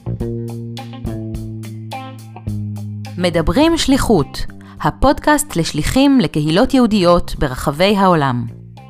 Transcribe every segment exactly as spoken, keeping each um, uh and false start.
מדברים שליחות, הפודקאסט לשליחים לקהילות יהודיות ברחבי העולם.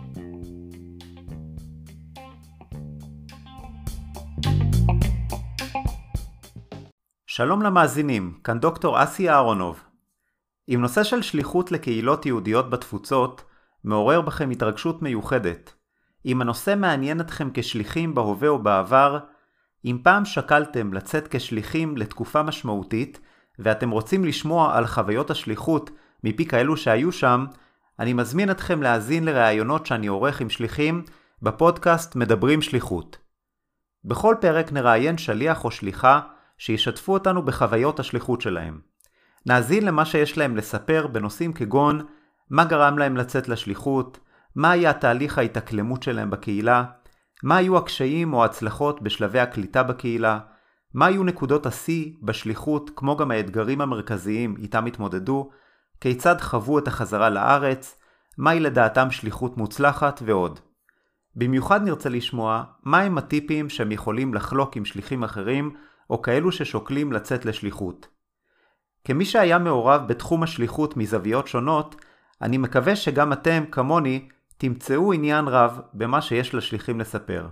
שלום למאזינים, כאן דוקטור אסי אהרונוב. עם נושא של שליחות לקהילות יהודיות בתפוצות, מעורר בכם התרגשות מיוחדת. אם הנושא מעניין אתכם כשליחים בהווה או בעבר, אם פעם שקלתם לצאת כשליחים לתקופה משמעותית, ואתם רוצים לשמוע על חוויות השליחות מפי כאלו שהיו שם, אני מזמין אתכם להאזין לראיונות שאני עורך עם שליחים בפודקאסט מדברים שליחות. בכל פרק נראיין שליח או שליחה שישתפו אותנו בחוויות השליחות שלהם. נאזין למה שיש להם לספר בנושאים כגון מה גרם להם לצאת לשליחות, מה היה תהליך ההתאקלמות שלהם בקהילה, מה היו הקשיים או הצלחות בשלבי הקליטה בקהילה, מה היו נקודות השיא בשליחות כמו גם האתגרים המרכזיים איתם התמודדו, כיצד חוו את החזרה לארץ, מהי לדעתם שליחות מוצלחת ועוד. במיוחד נרצה לשמוע מהם הטיפים שהם יכולים לחלוק עם שליחים אחרים או כאלו ששוקלים לצאת לשליחות. כמי שהיה מעורב בתחום השליחות מזוויות שונות, אני מקווה שגם אתם, כמוני, תמצאו עניין רב במה שיש לשליחים לספר.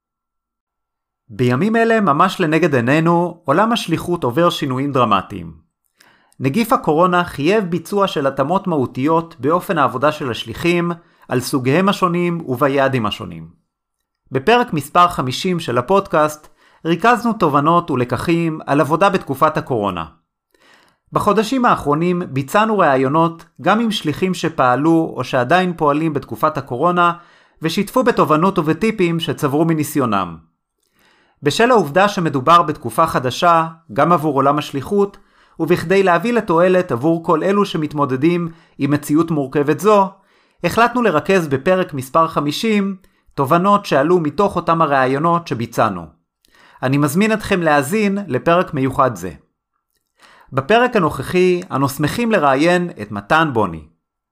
בימים אלה, ממש לנגד עינינו, עולם השליחות עובר שינויים דרמטיים. נגיף הקורונה חייב ביצוע של התאמות מהותיות באופן העבודה של השליחים, על סוגיהם השונים וביעדים השונים. בפרק מספר חמישים של הפודקאסט, ריכזנו תובנות ולקחים על עבודה בתקופת הקורונה. בחודשים האחרונים ביצענו ראיונות גם עם שליחים שפעלו או שעדיין פועלים בתקופת הקורונה, ושיתפו בתובנות ובטיפים שצברו מניסיונם. בשל העובדה שמדובר בתקופה חדשה, גם עבור עולם השליחות, ובכדי להביא לתועלת עבור כל אלו שמתמודדים עם מציאות מורכבת זו, החלטנו לרכז בפרק מספר חמישים תובנות שעלו מתוך אותם הראיונות שביצענו. אני מזמין אתכם להאזין לפרק מיוחד זה. בפרק הנוכחי אנו שמחים לראיין את מתן בוני.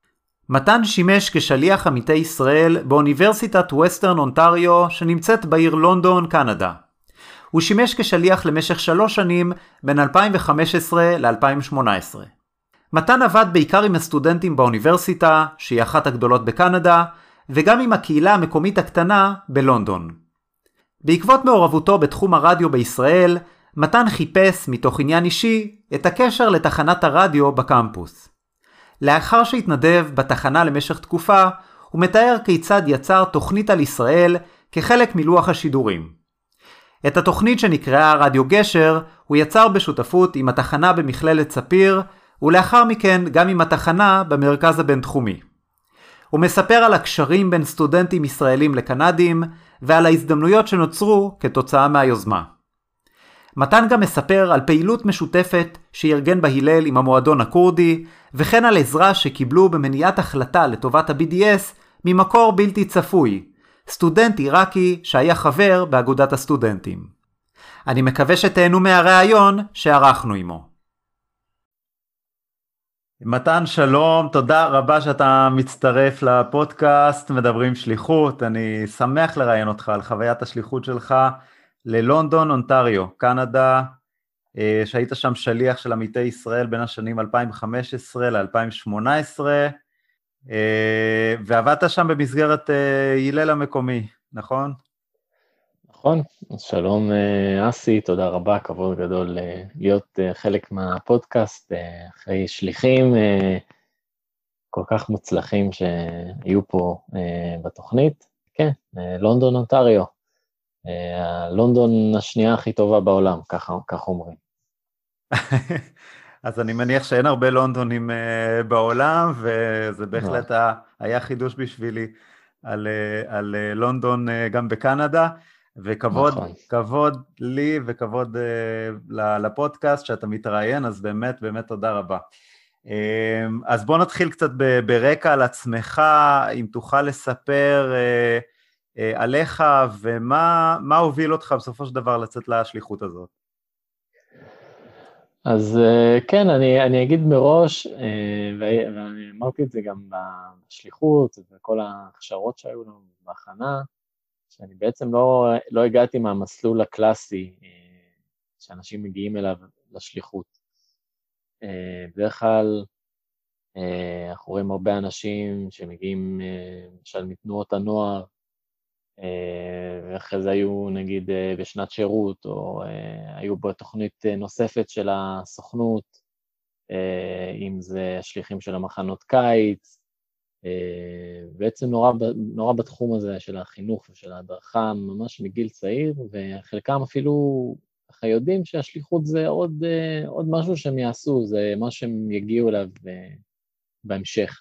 מתן שימש כשליח עמיתי ישראל באוניברסיטת ווסטרן אונטריו שנמצאת בעיר לונדון, קנדה. הוא שימש כשליח למשך שלוש שנים בין אלפיים וחמש עשרה ל-אלפיים ושמונה עשרה. מתן עבד בעיקר עם הסטודנטים באוניברסיטה, שהיא אחת הגדולות בקנדה, וגם עם הקהילה המקומית הקטנה בלונדון. בעקבות מעורבותו בתחום הרדיו בישראל, מתן חיפש מתוך עניין אישי את הקשר לתחנת הרדיו בקמפוס. לאחר שהתנדב בתחנה למשך תקופה, הוא מתאר כיצד יצר תוכנית על ישראל כחלק מלוח השידורים. את התוכנית שנקראה רדיו גשר הוא יצר בשותפות עם התחנה במכללת ספיר, ולאחר מכן גם עם התחנה במרכז הבינתחומי. הוא מספר על הקשרים בין סטודנטים ישראלים לקנדים, ועל ההזדמנויות שנוצרו כתוצאה מהיוזמה. מתן גם מספר על פעילות משותפת שארגן בהלל עם המועדון הקורדי, וכן על עזרה שקיבלו במניעת החלטה לטובת ה-בי די אס ממקור בלתי צפוי, סטודנט עיראקי שהיה חבר באגודת הסטודנטים. אני מקווה שתהנו מהראיון שערכנו עמו. מתן, שלום, תודה רבה שאתה מצטרף לפודקאסט מדברים שליחות. אני שמח לראיין אותך על חוויית השליחות שלך ללונדון, אונטריו, קנדה, שהיית שם שליח של עמיתי ישראל בין השנים אלפיים וחמש עשרה ל-אלפיים ושמונה עשרה, ועבדת שם במסגרת הלל המקומי, נכון? נכון, אז שלום אסי, תודה רבה, כבוד גדול להיות חלק מהפודקאסט, אחרי שליחים כל כך מוצלחים שהיו פה בתוכנית. כן, לונדון, אונטריו, לונדון השנייה הכי טובה בעולם, ככה, ככה אומרים. אז אני מניח שאין הרבה לונדונים בעולם, וזה בהחלט היה חידוש בשבילי על, על לונדון גם בקנדה, וכבוד נכון. כבוד לי וכבוד לפודקאסט שאתה מתראיין, אז באמת באמת תודה רבה. אז בוא נתחיל קצת ברקע על עצמך, אם תוכל לספר עליך ומה מה הוביל אותך בסופו של דבר לצאת לשליחות הזאת. אז כן, אני, אני אגיד מראש, ואני אמרתי את זה גם בשליחות וכל ההכשרות שהיו לנו בהכנה, שאני בעצם לא, לא הגעתי מהמסלול הקלאסי שאנשים מגיעים אליו לשליחות. בדרך כלל, אנחנו רואים הרבה אנשים שמגיעים, למשל מתנועות הנוער, ואחרי זה היו נגיד בשנת שירות, או היו בתוכנית נוספת של הסוכנות, אם זה השליחים של המחנות קיץ, בעצם נורא, נורא בתחום הזה של החינוך ושל ההדרכה, ממש מגיל צעיר, וחלקם אפילו ככה יודעים שהשליחות זה עוד, עוד משהו שהם יעשו, זה מה שהם יגיעו אליו בהמשך.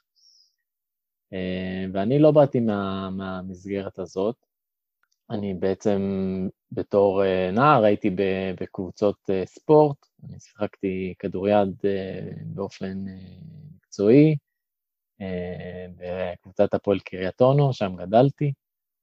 ואני לא באתי מה, מהמסגרת הזאת, אני בעצם בתור נער הייתי בקבוצות ספורט, אני שיחקתי כדוריד באופן מקצועי, בקבוצת הפועל קריית אונו, שם גדלתי,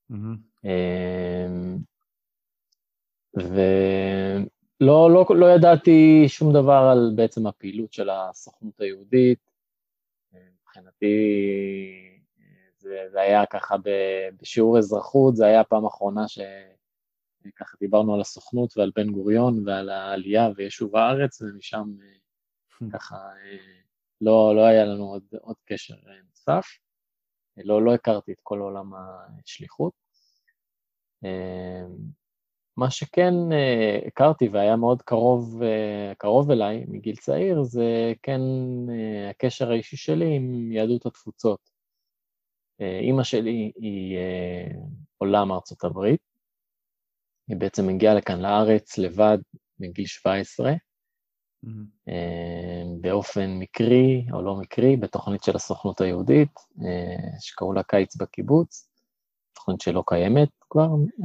ולא לא, לא ידעתי שום דבר על בעצם הפעילות של הסוכנות היהודית, מבחינתי זה, זה היה ככה בשיעור אזרחות, זה היה הפעם האחרונה שככה דיברנו על הסוכנות ועל בן גוריון ועל העלייה וישוב הארץ, ומשם ככה לא, לא היה לנו עוד, עוד קשר נוסף, לא, לא הכרתי את כל עולם השליחות. מה שכן הכרתי והיה מאוד קרוב, קרוב אליי מגיל צעיר, זה כן הקשר האישי שלי עם יהדות התפוצות. אמא שלי היא עולה מארצות הברית, היא בעצם הגיעה לכאן לארץ לבד מגיל שבע עשרה, mm-hmm. באופן מקרי או לא מקרי, בתוכנית של הסוכנות היהודית, שקראו לה קיץ בקיבוץ, תוכנית שלא קיימת כבר,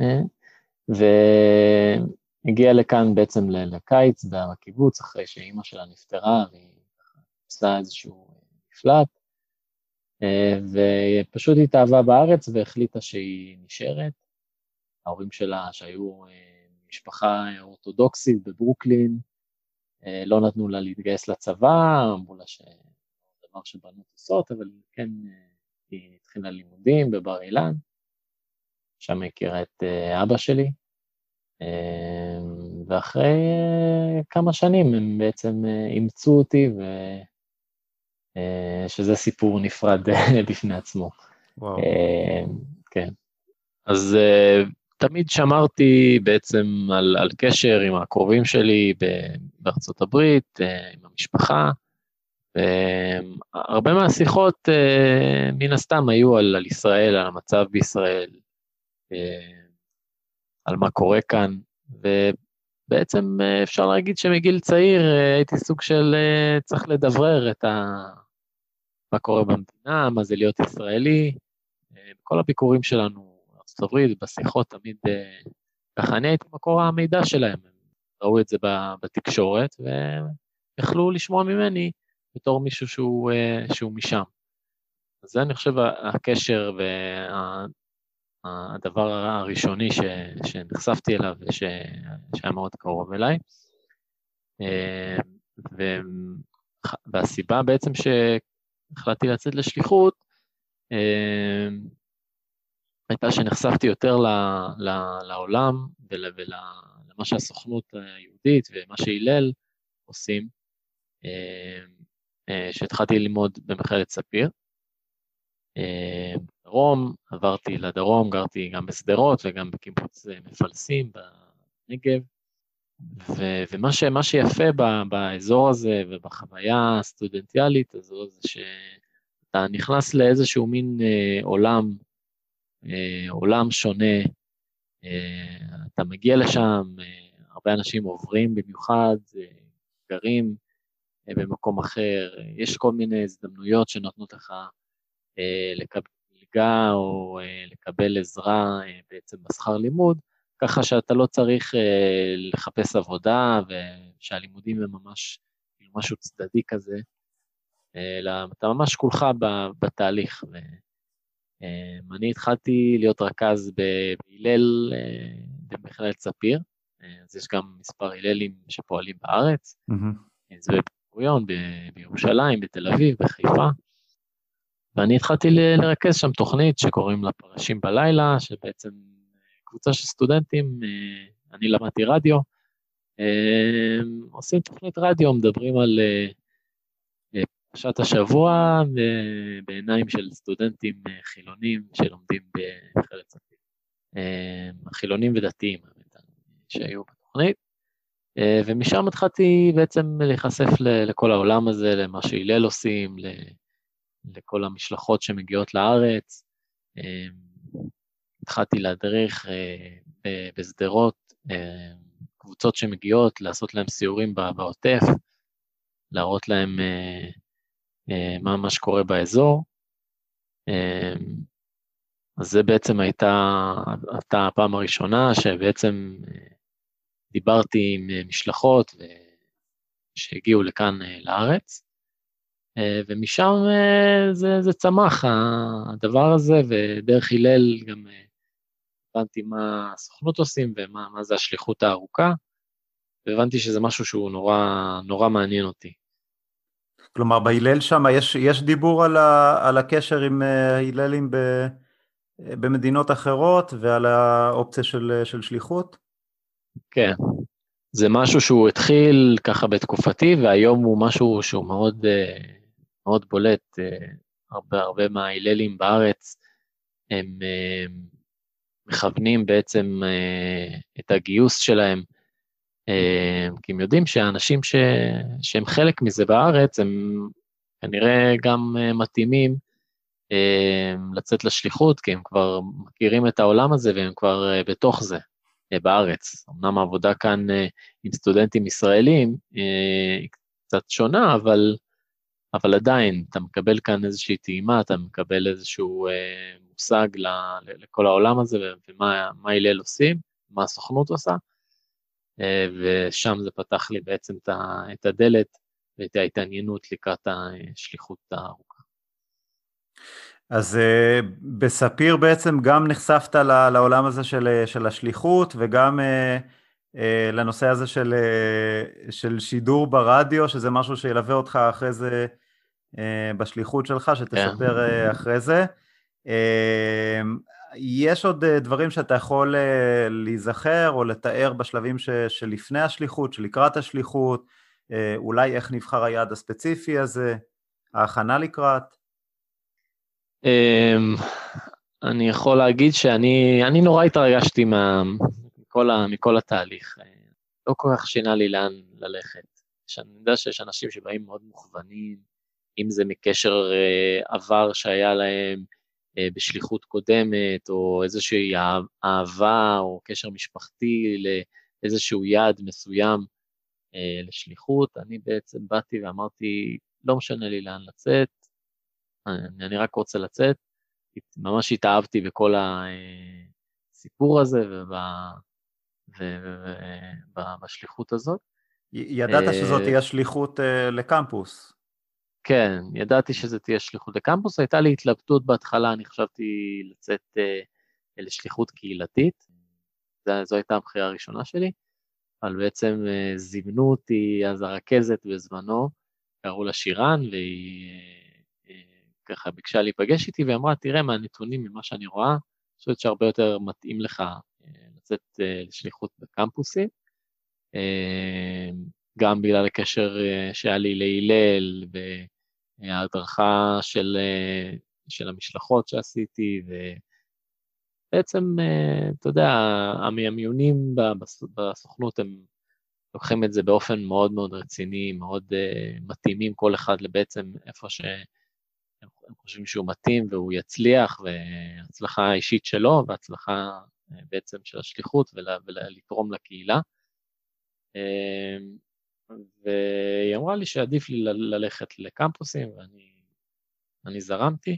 והגיעה לכאן בעצם לקיץ בקיבוץ, אחרי שאמא שלה נפטרה, והיא עושה איזשהו מפלט, ופשוט התאהבה בארץ והחליטה שהיא נשארת. ההורים שלה שהיו משפחה אורתודוקסית בברוקלין, לא נתנו לה להתגייס לצבא, אמרו לה שזה דבר שבנות עושות, אבל כן היא התחילה לימודים בבר אילן, שם הכירה את אבא שלי, ואחרי כמה שנים הם בעצם אימצו אותי, ו... שזה סיפור נפרד בפני עצמו. וואו. כן. אז תמיד שמרתי בעצם על, על קשר עם הקרובים שלי בארצות הברית, עם המשפחה, והרבה מהשיחות מן הסתם היו על, על ישראל, על המצב בישראל, על מה קורה כאן, ובעצם אפשר להגיד שמגיל צעיר הייתי סוג של צריך לדברר את ה... מה קורה במדינה, מה זה להיות ישראלי, בכל הביקורים שלנו בארצות הברית, בשיחות תמיד, ככה אני הייתי מקור המידע שלהם, הם ראו את זה בתקשורת, ויכלו לשמוע ממני בתור מישהו שהוא, שהוא משם. אז זה אני חושב הקשר והדבר הראשוני ש, שנחשפתי אליו, שהיה מאוד קרוב אליי, והסיבה בעצם ש... החלטתי לצאת לשליחות, הייתה שנחשפתי יותר לעולם ולמה שהסוכנות היהודית ומה שהילל עושים, שהתחלתי ללמוד במכללת ספיר. דרום, עברתי לדרום, גרתי גם בסדרות וגם בקיבוץ מפלסים בנגב, ומה ש, מה שיפה באזור הזה ובחוויה הסטודנטיאלית הזו, זה שאתה נכנס לאיזשהו מין עולם, עולם שונה, אתה מגיע לשם, הרבה אנשים עוברים במיוחד, גרים במקום אחר, יש כל מיני הזדמנויות שנותנות לך לקבל מלגה או לקבל עזרה בעצם בשכר לימוד, ככה שאתה לא צריך uh, לחפש עבודה, ושהלימודים הם ממש משהו צדדי כזה, אלא אתה ממש כולך בתהליך. ואני uh, התחלתי להיות רכז בהילל uh, במכללת ספיר, uh, אז יש גם מספר היללים שפועלים בארץ, mm-hmm. זה בבן-גוריון, בירושלים, בתל אביב, בחיפה, ואני התחלתי ל- לרכז שם תוכנית שקוראים לה פרשים בלילה, שבעצם קבוצה של סטודנטים, אני למדתי רדיו, עושים תוכנית רדיו, מדברים על פרשת השבוע, בעיניים של סטודנטים חילונים שלומדים במכללת ספיר. חילונים ודתיים שהיו בתוכנית, ומשם התחלתי בעצם להיחשף לכל העולם הזה, למה שהילל עושים, לכל המשלחות שמגיעות לארץ. התחלתי להדריך בסדרות, קבוצות שמגיעות, לעשות להם סיורים בעוטף, להראות להם מה מה שקורה באזור. אז זה בעצם הייתה, הייתה הפעם הראשונה שבעצם דיברתי עם משלחות שהגיעו לכאן לארץ, ומשם זה, זה צמח הדבר הזה, ודרך הילל גם הבנתי מה הסוכנות עושים ומה מה זה השליחות הארוכה, והבנתי שזה משהו שהוא נורא, נורא מעניין אותי. כלומר, בהילל שם יש, יש דיבור על, ה, על הקשר עם היללים ב, במדינות אחרות, ועל האופציה של, של שליחות? כן, זה משהו שהוא התחיל ככה בתקופתי, והיום הוא משהו שהוא מאוד, מאוד בולט. הרבה, הרבה מההיללים בארץ, הם מכוונים בעצם את הגיוס שלהם, כי הם יודעים שהאנשים ש... שהם חלק מזה בארץ, הם כנראה גם מתאימים לצאת לשליחות, כי הם כבר מכירים את העולם הזה, והם כבר בתוך זה, בארץ. אמנם העבודה כאן עם סטודנטים ישראלים היא קצת שונה, אבל, אבל עדיין, אתה מקבל כאן איזושהי טעימה, אתה מקבל איזשהו מושג לכל העולם הזה, ומה מה הילל עושים, מה הסוכנות עושה, ושם זה פתח לי בעצם את הדלת, ואת ההתעניינות לקראת השליחות הארוכה. אז uh, בספיר בעצם גם נחשפת לעולם הזה של, של השליחות, וגם uh, uh, לנושא הזה של, uh, של שידור ברדיו, שזה משהו שילווה אותך אחרי זה uh, בשליחות שלך, שתספר uh, אחרי זה. Uh, יש עוד uh, דברים שאתה יכול uh, להיזכר או לתאר בשלבים ש, שלפני השליחות, שלקראת השליחות, uh, אולי איך נבחר היעד הספציפי הזה, ההכנה לקראת? אני יכול להגיד שאני אני נורא התרגשתי מכל, מכל התהליך, לא כל כך שינה לי לאן ללכת. אני יודע שיש אנשים שבאים מאוד מוכוונים, אם זה מקשר עבר שהיה להם בשליחות קודמת, או איזושהי אהבה או קשר משפחתי לאיזשהו יעד מסוים לשליחות. אני בעצם באתי ואמרתי, לא משנה לי לאן לצאת, אני, אני רק רוצה לצאת. ממש התאהבתי בכל הסיפור הזה ובשליחות הזאת. ידעת שזאת תהיה שליחות לקמפוס? כן, ידעתי שזה תהיה שליחות לקמפוס. הייתה לי התלבטות בהתחלה, אני חשבתי לצאת לשליחות קהילתית, זו הייתה הבחירה הראשונה שלי, אבל בעצם זימנו אותי אז הרכזת בזמנו, קראו לה שירן, והיא ככה ביקשה להיפגש איתי, ואמרה, תראה מהנתונים ממה שאני רואה, אני חושבת שהרבה יותר מתאים לך לצאת לשליחות בקמפוסים, גם בגלל הקשר שהיה לי להילל, וההדרכה של, של המשלחות שעשיתי, ובעצם, אתה יודע, המיונים בסוכנות, הם לוקחים את זה באופן מאוד מאוד רציני, מאוד מתאימים כל אחד לבעצם איפה ש... הם חושבים שהוא מתאים והוא יצליח, והצלחה האישית שלו, והצלחה בעצם של השליחות, ולתרום לקהילה. והיא אמרה לי שעדיף לי ללכת לקמפוסים, ואני אני זרמתי.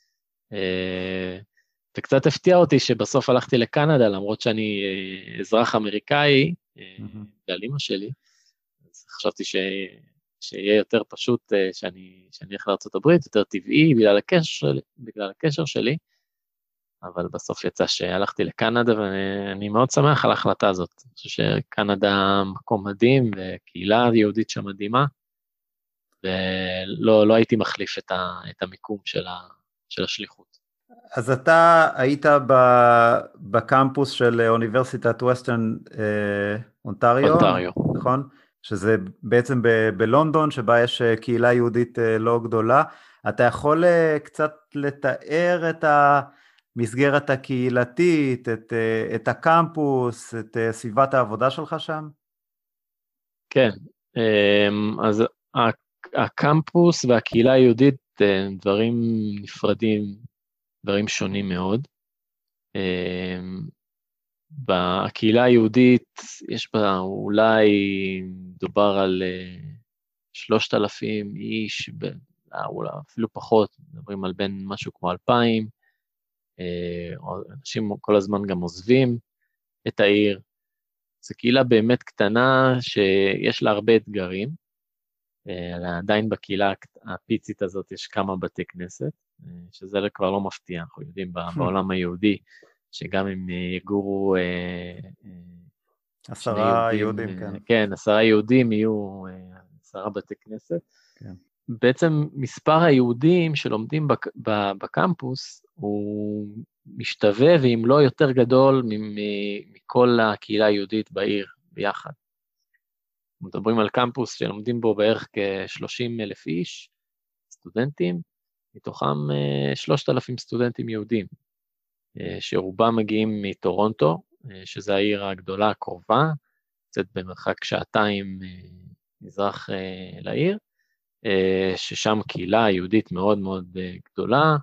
וקצת הפתיע אותי שבסוף הלכתי לקנדה, למרות שאני אזרח אמריקאי, בגלל אמא שלי, אז חשבתי ש... שיהיה יותר פשוט שאני, שאני אלך לארצות הברית, יותר טבעי בגלל הקשר, בגלל הקשר שלי, אבל בסוף יצא שהלכתי לקנדה, ואני מאוד שמח על ההחלטה הזאת. אני חושב שקנדה מקום מדהים, וקהילה יהודית שם מדהימה, ולא לא הייתי מחליף את, ה, את המיקום של, ה, של השליחות. אז אתה היית בקמפוס של אוניברסיטת ווסטרן אונטריו, אונטריו. נכון? שזה בעצם בלונדון, שבה יש קהילה יהודית לא גדולה. אתה יכול קצת לתאר את המסגרת הקהילתית, את, את הקמפוס, את סביבת העבודה שלך שם? כן, אז הקמפוס והקהילה היהודית דברים נפרדים, דברים שונים מאוד. בקהילה היהודית יש בה אולי דובר על שלושת אלפים איש, אולי אפילו פחות, מדברים על בין משהו כמו אלפיים, אנשים כל הזמן גם עוזבים את העיר. זו קהילה באמת קטנה שיש לה הרבה אתגרים, עדיין בקהילה הפיצית הזאת יש כמה בתי כנסת, שזה כבר לא מפתיע, אנחנו יודעים בעולם היהודי, שגם אם יגורו עשרה יהודים, כן. כן, עשרה יהודים יהיו עשרה בתי כנסת. כן. בעצם מספר היהודים שלומדים בקמפוס הוא משתווה, ואם לא יותר גדול מכל הקהילה היהודית בעיר ביחד. מדברים על קמפוס שלומדים בו בערך כ-שלושים אלף איש, סטודנטים, מתוכם שלושת אלפים סטודנטים יהודים, שרובם מגיעים מטורונטו, שזו העיר הגדולה הקרובה, קצת במרחק שעתיים מזרח לעיר, ששם קהילה יהודית מאוד מאוד גדולה,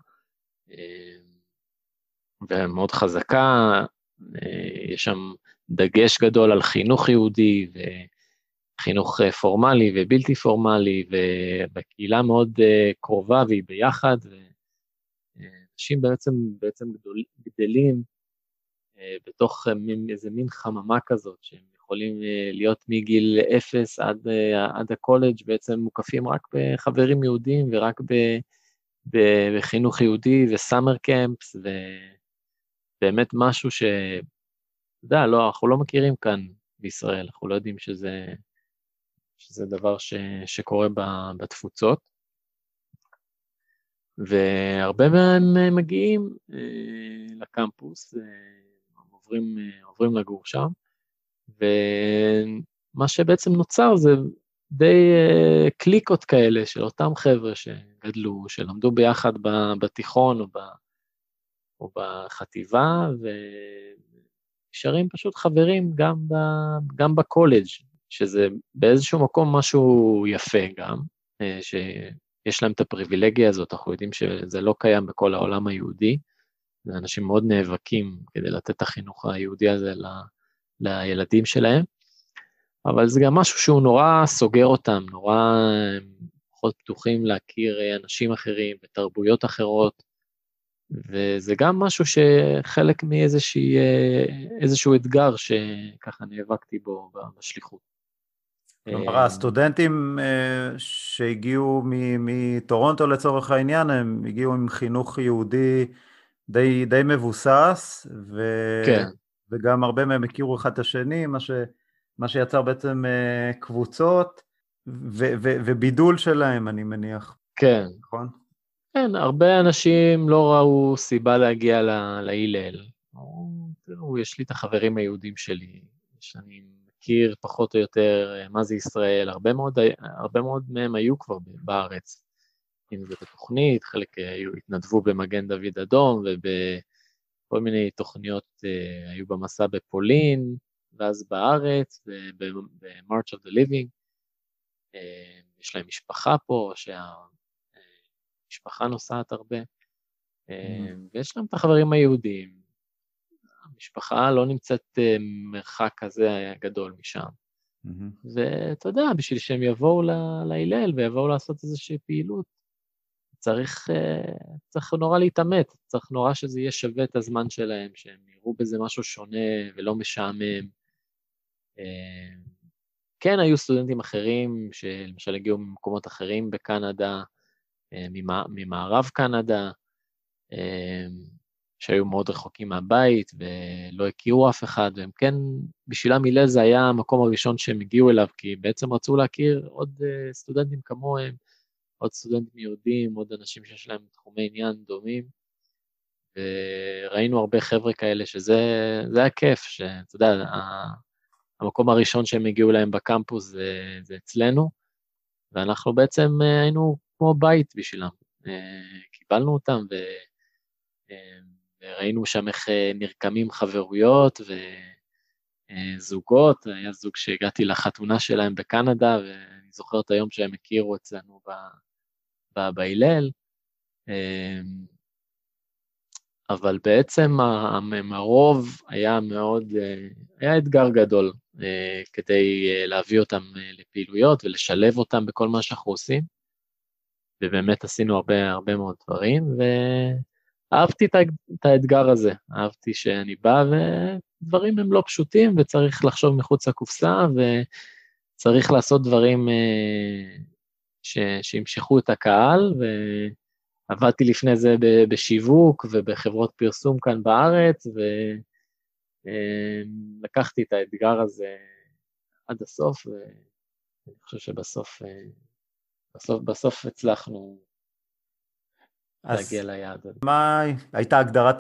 ומאוד חזקה, יש שם דגש גדול על חינוך יהודי, וחינוך פורמלי ובלתי פורמלי, ובקהילה מאוד קרובה והיא ביחד, ואנשים בעצם, בעצם גדול, גדלים בתוך מין, איזה מין חממה כזאת, שהם יכולים להיות מגיל אפס עד, עד הקולג' בעצם מוקפים רק בחברים יהודים, ורק ב, ב, בחינוך יהודי וסאמר קמפס, ובאמת משהו ש... אתה יודע, לא, אנחנו לא מכירים כאן בישראל, אנחנו לא יודעים שזה, שזה דבר ש, שקורה בתפוצות, והרבה מהם מגיעים אה, לקמפוס, אה, עוברים, אה, עוברים לגור שם, ומה שבעצם נוצר זה די אה, קליקות כאלה של אותם חבר'ה שגדלו, שלמדו ביחד בתיכון או, ב, או בחטיבה, ונשארים פשוט חברים גם, ב, גם בקולג', שזה באיזשהו מקום משהו יפה גם, אה, ש... יש להם את הפריבילגיה הזאת, אנחנו יודעים שזה לא קיים בכל העולם היהודי, ואנשים מאוד נאבקים כדי לתת את החינוך היהודי הזה ל, לילדים שלהם, אבל זה גם משהו שהוא נורא סוגר אותם, נורא פחות פתוחים להכיר אנשים אחרים ותרבויות אחרות, וזה גם משהו שחלק מאיזשהו אתגר שככה נאבקתי בו בשליחות. כלומר, הסטודנטים שהגיעו מטורונטו לצורך העניין, הם הגיעו עם חינוך יהודי די, די מבוסס, ו... כן. וגם הרבה מהם הכירו אחד את השני, מה, ש... מה שיצר בעצם קבוצות, ו... ו... ובידול שלהם, אני מניח. כן. נכון? כן, הרבה אנשים לא ראו סיבה להגיע להילל. תראו, יש לי את החברים היהודים שלי, שאני מכיר פחות או יותר מה זה ישראל, הרבה מאוד, הרבה מאוד מהם היו כבר בארץ, אם זה בתוכנית, חלק היו, התנדבו במגן דוד אדום, ובכל מיני תוכניות היו במסע בפולין, ואז בארץ, ב-March of the Living, יש להם משפחה פה, שהמשפחה נוסעת הרבה, ויש להם את החברים היהודים, המשפחה לא נמצאת מרחק כזה גדול משם. Mm-hmm. ואתה יודע, בשביל שהם יבואו להילל ויבואו לעשות איזושהי פעילות, צריך, צריך נורא להתאמת, צריך נורא שזה יהיה שווה את הזמן שלהם, שהם יראו בזה משהו שונה ולא משעמם. כן, היו סטודנטים אחרים, שלמשל הגיעו ממקומות אחרים בקנדה, ממערב קנדה, שהיו מאוד רחוקים מהבית, ולא הכירו אף אחד, והם כן, בשבילם הילל זה היה המקום הראשון שהם הגיעו אליו, כי בעצם רצו להכיר עוד סטודנטים כמוהם, עוד סטודנטים יהודים, עוד אנשים שיש להם תחומי עניין דומים, וראינו הרבה חבר'ה כאלה שזה זה היה כיף, שאתה יודע, המקום הראשון שהם הגיעו להם בקמפוס זה, זה אצלנו, ואנחנו בעצם היינו כמו בית בשבילם. קיבלנו אותם ו... וראינו שם איך נרקמים חברויות וזוגות, היה זוג שהגעתי לחתונה שלהם בקנדה, ואני זוכר את היום שהם הכירו אצלנו בהילל, אבל בעצם הרוב היה מאוד, היה אתגר גדול, כדי להביא אותם לפעילויות ולשלב אותם בכל מה שאנחנו עושים, ובאמת עשינו הרבה, הרבה מאוד דברים, ואהבתי את האתגר הזה, אהבתי שאני בא, ודברים הם לא פשוטים, וצריך לחשוב מחוץ לקופסה, וצריך לעשות דברים ש... שימשכו את הקהל, ועבדתי לפני זה בשיווק, ובחברות פרסום כאן בארץ, ולקחתי את האתגר הזה עד הסוף, ואני חושב שבסוף... בסוף, בסוף הצלחנו להגיע ליעד הזה. מה הייתה הגדרת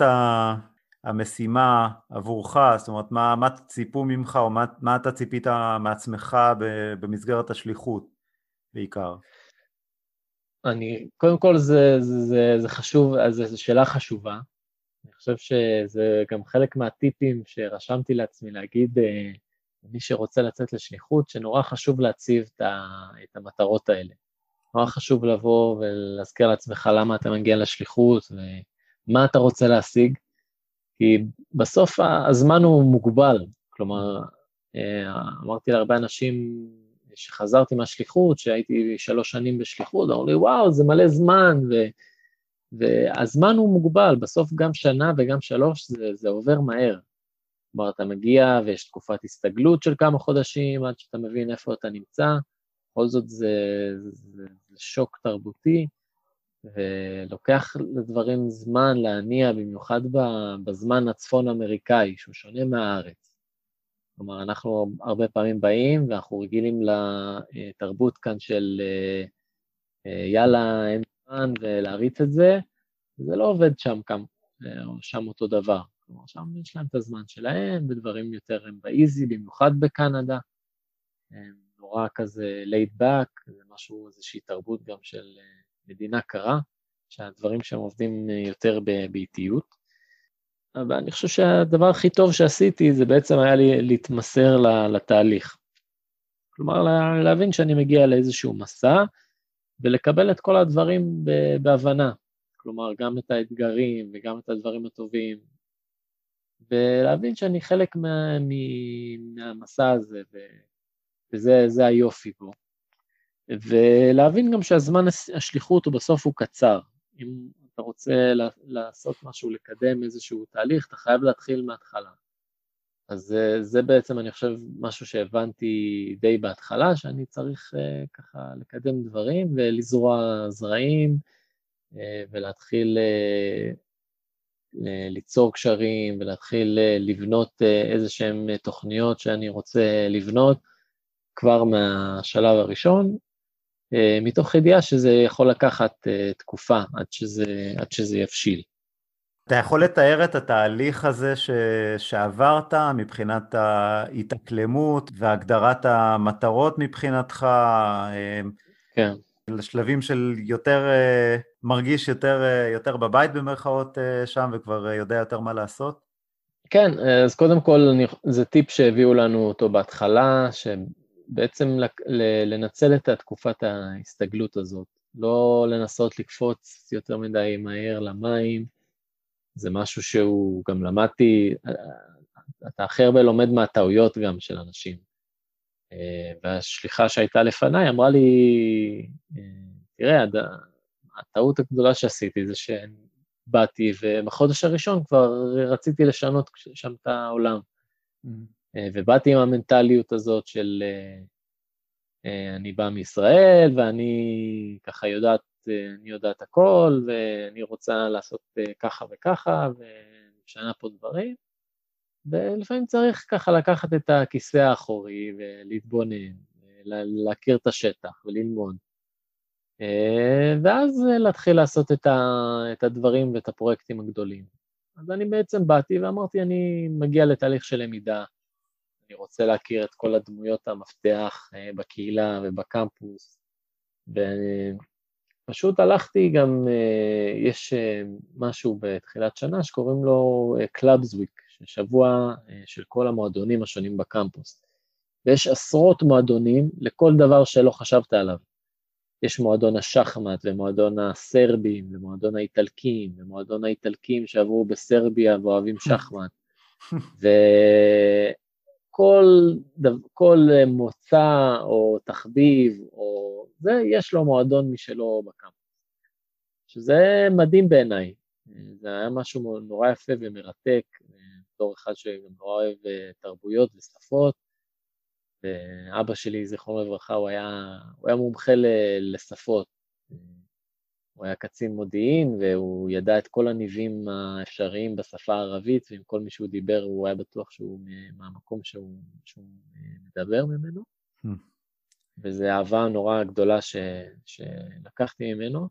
המשימה עבורך? זאת אומרת, מה, מה ציפו ממך, או מה, מה אתה ציפית מעצמך במסגרת השליחות בעיקר? אני, קודם כל זה, זה, זה, זה חשוב, זו שאלה חשובה. אני חושב שזה גם חלק מהטיפים שרשמתי לעצמי להגיד, מי שרוצה לצאת לשליחות, שנורא חשוב להציב את המטרות האלה. נורא חשוב לבוא ולהזכיר לעצמך למה אתה מגיע לשליחות, ומה אתה רוצה להשיג, כי בסוף הזמן הוא מוגבל. כלומר, אמרתי להרבה אנשים שחזרתי מהשליחות, שהייתי שלוש שנים בשליחות, אמרו לי, וואו, זה מלא זמן, ו... והזמן הוא מוגבל, בסוף גם שנה וגם שלוש, זה, זה עובר מהר. כלומר, אתה מגיע ויש תקופת הסתגלות של כמה חודשים, עד שאתה מבין איפה אתה נמצא, בכל זאת זה, זה, זה שוק תרבותי, ולוקח לדברים זמן להניע, במיוחד בזמן הצפון אמריקאי, שהוא שונה מהארץ. כלומר, אנחנו הרבה פעמים באים, ואנחנו רגילים לתרבות כאן של יאללה, אין זמן, ולהריץ את זה, זה לא עובד שם כמה, או שם אותו דבר. כלומר, שם יש להם את הזמן שלהם, בדברים יותר הם באיזי, במיוחד בקנדה, הם נורא כזה laid back, זה משהו, איזושהי תרבות גם של מדינה קרה, שהדברים שהם עובדים יותר באיטיות. אבל אני חושב שהדבר הכי טוב שעשיתי, זה בעצם היה לי להתמסר לתהליך. כלומר, להבין שאני מגיע לאיזשהו מסע, ולקבל את כל הדברים בהבנה. כלומר, גם את האתגרים וגם את הדברים הטובים, ולהבין שאני חלק מה, מהמסע הזה, וזה זה היופי בו. ולהבין גם שהזמן השליחות הוא בסוף הוא קצר. אם אתה רוצה לעשות משהו, לקדם איזשהו תהליך, אתה חייב להתחיל מההתחלה. אז זה, זה בעצם, אני חושב, משהו שהבנתי די בהתחלה, שאני צריך uh, ככה לקדם דברים ולזרוע זרעים, uh, ולהתחיל uh, ליצור קשרים, ולהתחיל uh, לבנות uh, איזשהם תוכניות שאני רוצה לבנות, כבר מהשלב הראשון, uh, מתוך ידיעה שזה יכול לקחת uh, תקופה עד שזה, עד שזה יבשיל. אתה יכול לתאר את התהליך הזה ש... שעברת מבחינת ההתאקלמות והגדרת המטרות מבחינתך, כן. לשלבים של יותר, מרגיש יותר, יותר בבית במרכאות שם וכבר יודע יותר מה לעשות? כן, אז קודם כל זה טיפ שהביאו לנו אותו בהתחלה, שבעצם לנצל את תקופת ההסתגלות הזאת, לא לנסות לקפוץ יותר מדי מהר למים, זה משהו שהוא גם למדתי, אתה הכי הרבה לומד מהטעויות גם של אנשים. והשליחה שהייתה לפניי אמרה לי, תראה, הטעות הגדולה שעשיתי זה שבאתי, ובחודש הראשון כבר רציתי לשנות שם את העולם. ובאתי עם המנטליות הזאת של, אני בא מישראל, ואני ככה יודעת, אני יודעת הכל, ואני רוצה לעשות ככה וככה, ומשנה פה דברים, ולפעמים צריך ככה לקחת את הכיסא האחורי, ולהתבונן, להכיר את השטח, וללמוד. ואז להתחיל לעשות את הדברים ואת הפרויקטים הגדולים. אז אני בעצם באתי ואמרתי, אני מגיע לתהליך של למידה, אני רוצה להכיר את כל הדמויות המפתח בקהילה ובקמפוס, ופשוט הלכתי גם, יש משהו בתחילת שנה שקוראים לו Clubs Week, שבוע של כל המועדונים השונים בקמפוס, ויש עשרות מועדונים לכל דבר שלא חשבת עליו. יש מועדון השחמט ומועדון הסרבים ומועדון האיטלקים ומועדון האיטלקים שעברו בסרביה ואוהבים שחמט. וכל כל מוצא או תחביב או זה, יש לו מועדון משלו בקמפוס. שזה מדהים בעיניי. זה היה משהו נורא יפה ומרתק, בתור אחד שגם נורא אוהב תרבויות ושפות. ואבא שלי, זיכרונו לברכה, הוא היה, הוא היה מומחה לשפות. הוא היה קצין מודיעין, והוא ידע את כל הניבים האפשריים בשפה הערבית, ועם כל מי שהוא דיבר, הוא היה בטוח שהוא מהמקום שהוא, שהוא מדבר ממנו. וזו אהבה נורא גדולה ש, שלקחתי ממנו.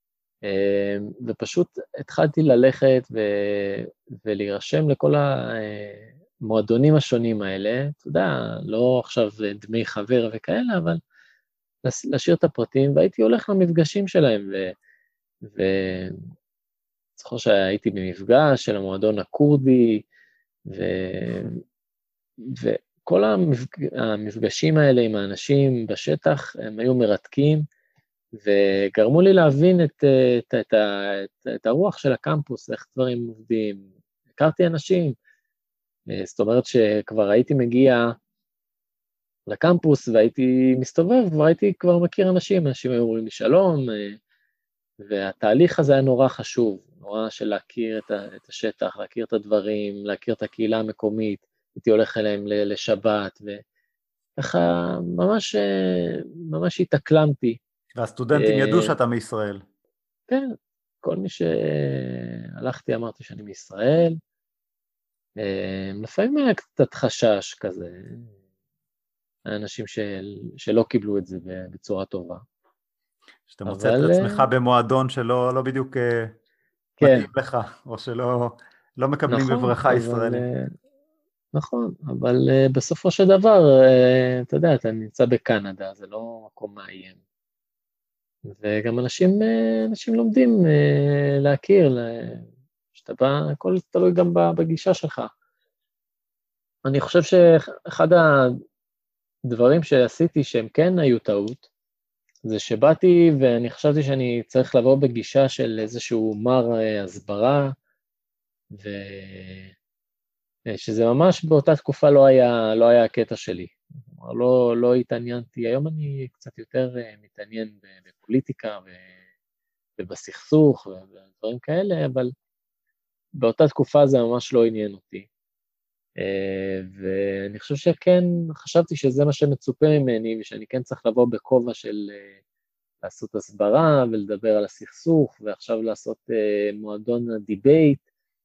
ופשוט התחלתי ללכת ו, ולהירשם לכל ה... המועדונים השונים האלה, אתה יודע, לא עכשיו דמי חבר וכאלה, אבל להשאיר את הפרטים, והייתי הולך למפגשים שלהם, וצריך שהייתי במפגש של המועדון הקורדי, ו... וכל המפג... המפגשים האלה עם האנשים בשטח, הם היו מרתקים, וגרמו לי להבין את, את, את, את, את הרוח של הקמפוס, איך דברים עובדים, הכרתי אנשים, זאת אומרת שכבר הייתי מגיע לקמפוס והייתי מסתובב, כבר הייתי כבר מכיר אנשים, אנשים היו אומרים לי שלום, והתהליך הזה היה נורא חשוב, נורא של להכיר את השטח, להכיר את הדברים, להכיר את הקהילה המקומית, הייתי הולך אליהם לשבת, וככה ממש, ממש התאקלמתי. והסטודנטים ידעו שאתה מישראל. כן, כל מי שהלכתי אמרתי שאני מישראל, לפעמים היה קצת חשש כזה, האנשים של, שלא קיבלו את זה בצורה טובה. שאתה מוצא את עצמך במועדון שלא לא בדיוק כן. מתאים לך, או שלא לא מקבלים נכון, בברכה ישראלית. נכון, אבל בסופו של דבר, אתה יודע, אתה נמצא בקנדה, זה לא מקום מאיים. וגם אנשים, אנשים לומדים להכיר, שאתה בא, הכל תלוי גם בגישה שלך. אני חושב שאחד הדברים שעשיתי שהם כן היו טעות, זה שבאתי ואני חשבתי שאני צריך לבוא בגישה של איזשהו מר הסברה, ושזה ממש באותה תקופה לא היה, לא היה הקטע שלי. לא, לא התעניינתי, היום אני קצת יותר מתעניין בפוליטיקה ובסכסוך ודברים כאלה, אבל באותה תקופה זה ממש לא עניין אותי. ואני חושב שכן, חשבתי שזה מה שמצופה ממני, ושאני כן צריך לבוא בכובע של לעשות הסברה ולדבר על הסכסוך, ועכשיו לעשות מועדון דיבייט,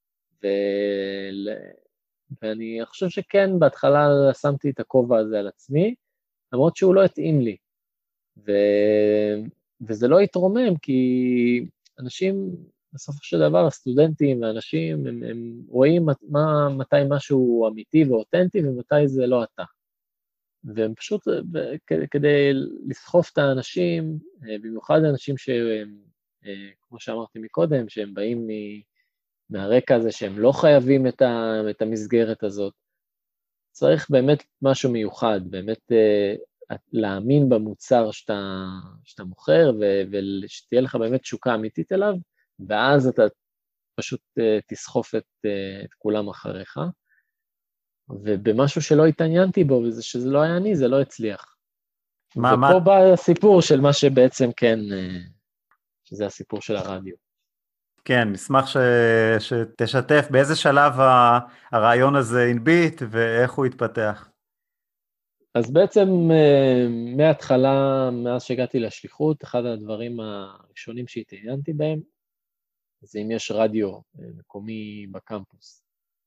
ואני חושב שכן, בהתחלה שמתי את הכובע הזה על עצמי, למרות שהוא לא התאים לי. ו... וזה לא התרומם, כי אנשים, בסופו של דבר, הסטודנטים ואנשים, הם, הם רואים מה, מתי משהו אמיתי ואותנטי, ומתי זה לא אתה. והם פשוט, כדי לסחוף את האנשים, במיוחד האנשים שהם, כמו שאמרתי מקודם, שהם באים מהרקע הזה, שהם לא חייבים את, ה, את המסגרת הזאת, צריך באמת משהו מיוחד, באמת להאמין במוצר שאתה, שאתה מוכר, ושתהיה לך באמת תשוקה אמיתית אליו, ואז אתה פשוט תסחוף את, את כולם אחריך, ובמשהו שלא התעניינתי בו, וזה שזה לא היה אני, זה לא הצליח. מה, ופה מה... בא הסיפור של מה שבעצם כן, שזה הסיפור של הרדיו. כן, נשמח ש... שתשתף באיזה שלב הרעיון הזה הנביט, ואיך הוא התפתח. אז בעצם מההתחלה, מאז שהגעתי לשליחות, אחד הדברים הראשונים שהתעניינתי בהם, זה אם יש רדיו מקומי בקמפוס.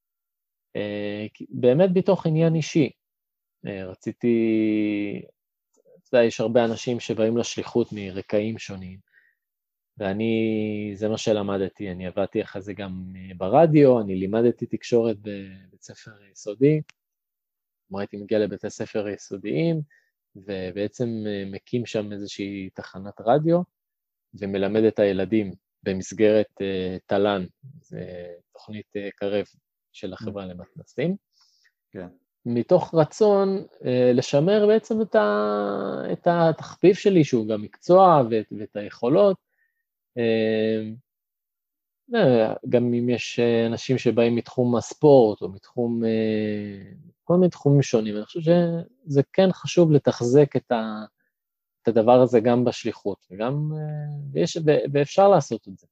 באמת בתוך עניין אישי, רציתי, אתה יודע, יש הרבה אנשים שבאים לשליחות מרקעים שונים, ואני, זה מה שלמדתי, אני עבדתי אחרי זה גם ברדיו, אני לימדתי תקשורת בבית ספר יסודי, כלומר הייתי מגיע לבתי ספר יסודיים, ובעצם מקים שם איזושהי תחנת רדיו, ומלמד את הילדים במסגרת uh, תל"ן, זה תוכנית uh, קרב של החברה למתנ"סים. כן. מתוך רצון uh, לשמר בעצם את, ה, את התחביב שלי, שהוא גם מקצוע ואת, ואת היכולות, uh, גם אם יש אנשים שבאים מתחום הספורט, או מתחום, כל מיני תחומים שונים, אני חושב שזה כן חשוב לתחזק את, ה, את הדבר הזה גם בשליחות, וגם, ויש, ואפשר לעשות את זה.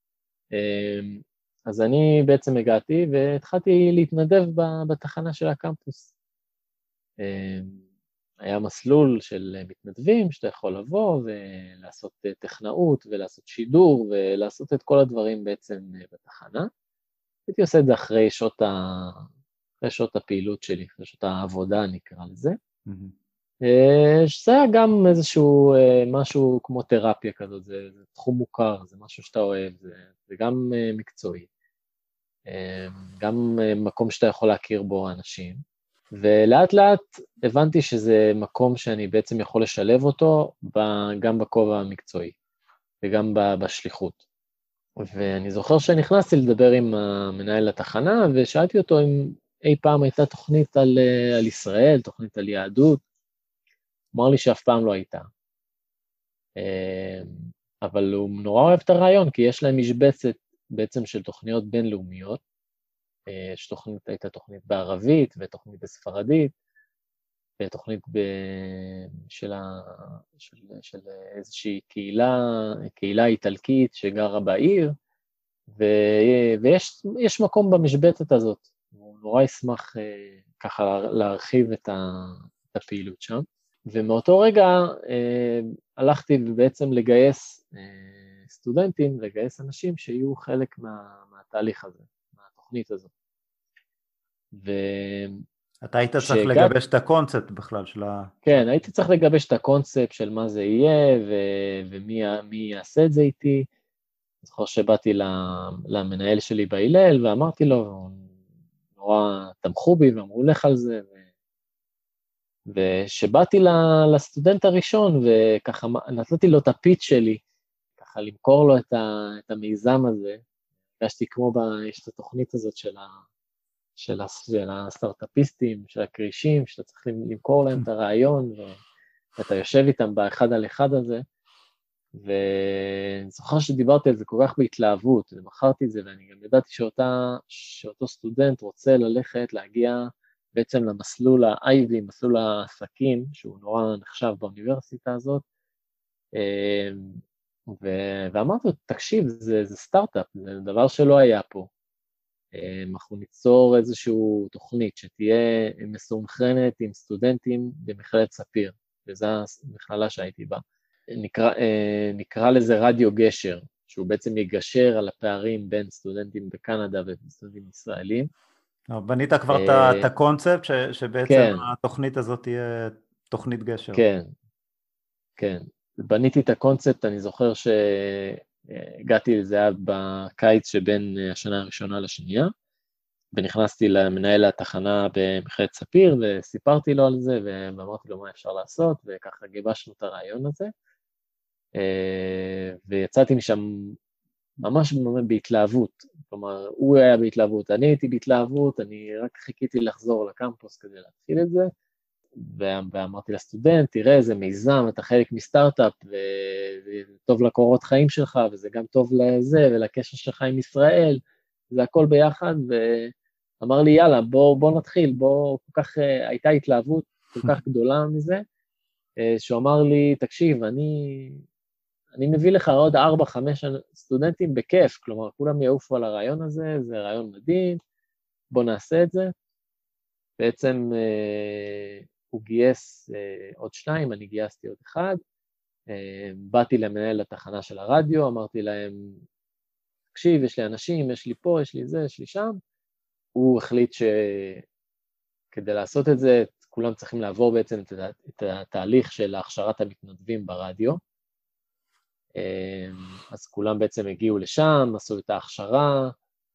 אז אני בעצם הגעתי, והתחלתי להתנדב בתחנה של הקמפוס. היה מסלול של מתנדבים, שאתה יכול לבוא ולעשות טכנאות, ולעשות שידור, ולעשות את כל הדברים בעצם בתחנה. הייתי עושה את זה אחרי שעות, ה... אחרי שעות הפעילות שלי, אחרי שעות העבודה נקרא לזה. Mm-hmm. שזה היה גם איזשהו משהו כמו תרפיה כזאת, זה, זה תחום מוכר, זה משהו שאתה אוהב, זה, זה גם מקצועי. גם מקום שאתה יכול להכיר בו אנשים. ולאט לאט הבנתי שזה מקום שאני בעצם יכול לשלב אותו גם בכובע המקצועי וגם בשליחות. ואני זוכר שנכנסתי לדבר עם המנהל התחנה, ושאלתי אותו אם אי פעם הייתה תוכנית על, על ישראל, תוכנית על יהדות. אמר לי שאף פעם לא הייתה. אבל הוא נורא אוהב את הרעיון, כי יש להם משבצת בעצם של תוכניות בינלאומיות, יש תוכנית, הייתה תוכנית בערבית, ותוכנית בספרדית, ותוכנית ב... של, ה... של... של איזושהי קהילה, קהילה איטלקית שגרה בעיר, ו... ויש יש מקום במשבצת הזאת. הוא נורא ישמח ככה להרחיב את, ה... את הפעילות שם. ומאותו רגע הלכתי בעצם לגייס סטודנטים, לגייס אנשים שיהיו חלק מה... מהתהליך הזה. התוכנית הזאת. ו... אתה היית צריך שהגעת... לגבש את הקונספט בכלל של ה... כן, הייתי צריך לגבש את הקונספט של מה זה יהיה, ו... ומי מי יעשה את זה איתי. אני זוכר שבאתי למנהל שלי בהילל, ואמרתי לו, נורא תמכו בי, ואמרו לך על זה, ו... ושבאתי לסטודנט הראשון, וככה נתתי לו את הפיץ שלי, ככה למכור לו את, ה... את המיזם הזה, הרגשתי כמו ב... יש את התוכנית הזאת של, ה... של, ה... של הסטארט-אפיסטים, של הקרישים, שאתה צריך למכור להם את הרעיון, ואתה יושב איתם באחד על אחד הזה, וזוכר שדיברתי על זה כל כך בהתלהבות, ומכרתי את זה, ואני גם ידעתי שאותה, שאותו סטודנט רוצה ללכת, להגיע בעצם למסלול ה-איי וי, מסלול העסקים, שהוא נורא נחשב באוניברסיטה הזאת, ו- ואמרתי, תקשיב, זה, זה סטארט-אפ, זה דבר שלא היה פה. אנחנו ניצור איזושהי תוכנית שתהיה מסונכרנת עם סטודנטים במכללת ספיר, וזו המכללה שהייתי בה. נקרא, נקרא לזה רדיו גשר, שהוא בעצם יגשר על הפערים בין סטודנטים בקנדה וסטודנטים ישראלים. בנית כבר את הקונספט שבעצם התוכנית הזאת תהיה תוכנית גשר. כן, כן. בניתי את הקונספט, אני זוכר שהגעתי לזה היה בקיץ שבין השנה הראשונה לשנייה, ונכנסתי למנהל התחנה במכללת ספיר, וסיפרתי לו על זה, ואמרתי לו מה אפשר לעשות, וככה גיבשנו את הרעיון הזה, ויצאתי משם ממש בהתלהבות, כלומר, הוא היה בהתלהבות, אני הייתי בהתלהבות, אני רק חיכיתי לחזור לקמפוס כדי להתחיל את זה, ואמרתי לסטודנט, תראה איזה מיזם, אתה חלק מסטארט-אפ, וזה טוב לקורות חיים שלך, וזה גם טוב לזה, ולקשר שלך עם ישראל, זה הכל ביחד, ואמר לי, יאללה, בוא, בוא נתחיל, בוא, כל כך, הייתה התלהבות כל כך גדולה מזה, שהוא אמר לי, תקשיב, אני, אני מביא לך עוד ארבע, חמש סטודנטים בכיף, כלומר, כולם יעופו על הרעיון הזה, זה רעיון מדהים, בוא נעשה את זה. בעצם אה, הוא גייס אה, עוד שניים, אני גייסתי עוד אחד, אה, באתי למנהל התחנה של הרדיו, אמרתי להם, תקשיב, יש לי אנשים, יש לי פה, יש לי זה, יש לי שם, הוא החליט שכדי לעשות את זה, כולם צריכים לעבור בעצם את התהליך של הכשרת המתנדבים ברדיו, אז כולם בעצם הגיעו לשם, עשו את ההכשרה,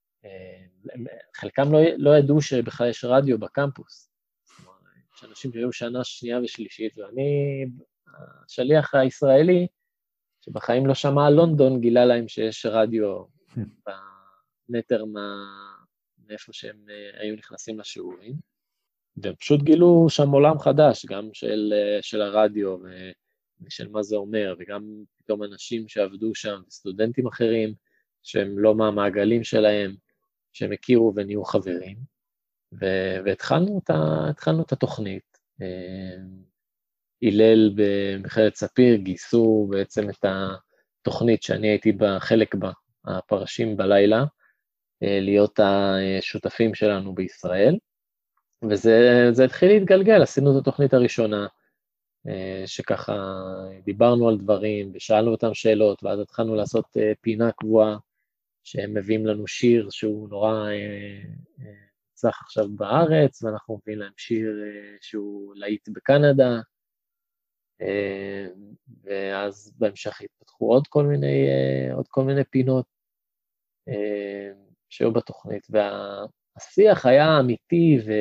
חלקם לא, לא ידעו שבכלל יש רדיו בקמפוס, יש אנשים שהיו שנה שנייה ושלישית, ואני, השליח הישראלי, שבחיים לא שמע על לונדון, גילה להם שיש רדיו במטר מה, מאיפה שהם היו נכנסים לשיעורים, והם פשוט גילו שם עולם חדש, גם של, של הרדיו ושל מה זה אומר, וגם פתאום אנשים שעבדו שם, סטודנטים אחרים, שהם לא מהמעגלים שלהם, שהם הכירו ונהיו חברים, והתחלנו את, התחלנו את התוכנית. הלל במכללת ספיר גייסו בעצם את התוכנית שאני הייתי בחלק בה, הפרשים בלילה, להיות השותפים שלנו בישראל, וזה התחיל להתגלגל, עשינו את התוכנית הראשונה, שככה דיברנו על דברים, ושאלנו אותם שאלות, ואז התחלנו לעשות פינה קבועה, שהם מביאים לנו שיר שהוא נורא צח עכשיו בארץ, ואנחנו מביאים להם שיר שהוא להיט בקנדה, ואז בהמשך התפתחו עוד כל מיני, עוד כל מיני פינות שהיו בתוכנית, והשיח היה אמיתי ו...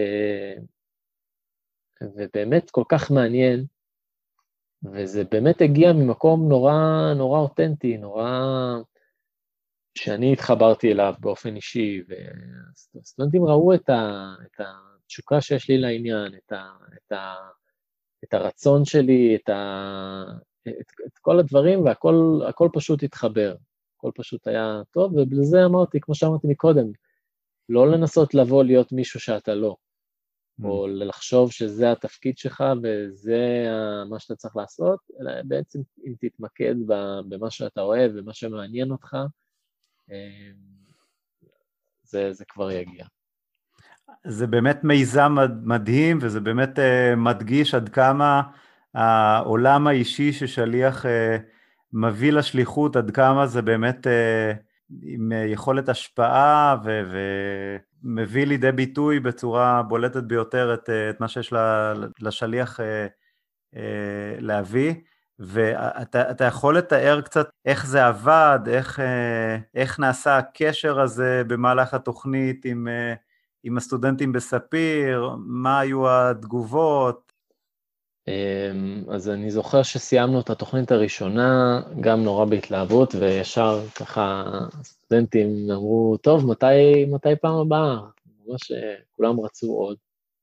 ובאמת כל כך מעניין, וזה באמת הגיע ממקום נורא, נורא אותנטי, נורא שאני התחברתי אליו באופן אישי, והסטודנטים ראו את, ה... את התשוקה שיש לי לעניין, את, ה... את, ה... את הרצון שלי, את, ה... את, את כל הדברים, והכל הכל פשוט התחבר, הכל פשוט היה טוב, ובלזה אמרתי, כמו שאמרתי מקודם, לא לנסות לבוא להיות מישהו שאתה לא, או לחשוב שזה התפקיד שלך, וזה מה שאתה צריך לעשות, אלא בעצם אם תתמקד במה שאתה אוהב, ומה שמעניין אותך, זה, זה כבר יגיע. זה באמת מיזם מדהים, וזה באמת מדגיש עד כמה העולם האישי ששליח מביא לשליחות, עד כמה זה באמת עם יכולת השפעה, ומביא לידי ביטוי בצורה בולטת ביותר את, את מה שיש לשליח להביא, ואתה אתה יכול לתאר קצת איך זה עבד, איך, איך נעשה הקשר הזה במהלך התוכנית עם, עם הסטודנטים בספיר, מה היו התגובות? אז אני זוכר שסיימנו את התוכנית הראשונה, גם נורא בהתלהבות, וישר ככה הסטודנטים אמרו, טוב, מתי, מתי פעם הבאה? ממש כולם רצו עוד,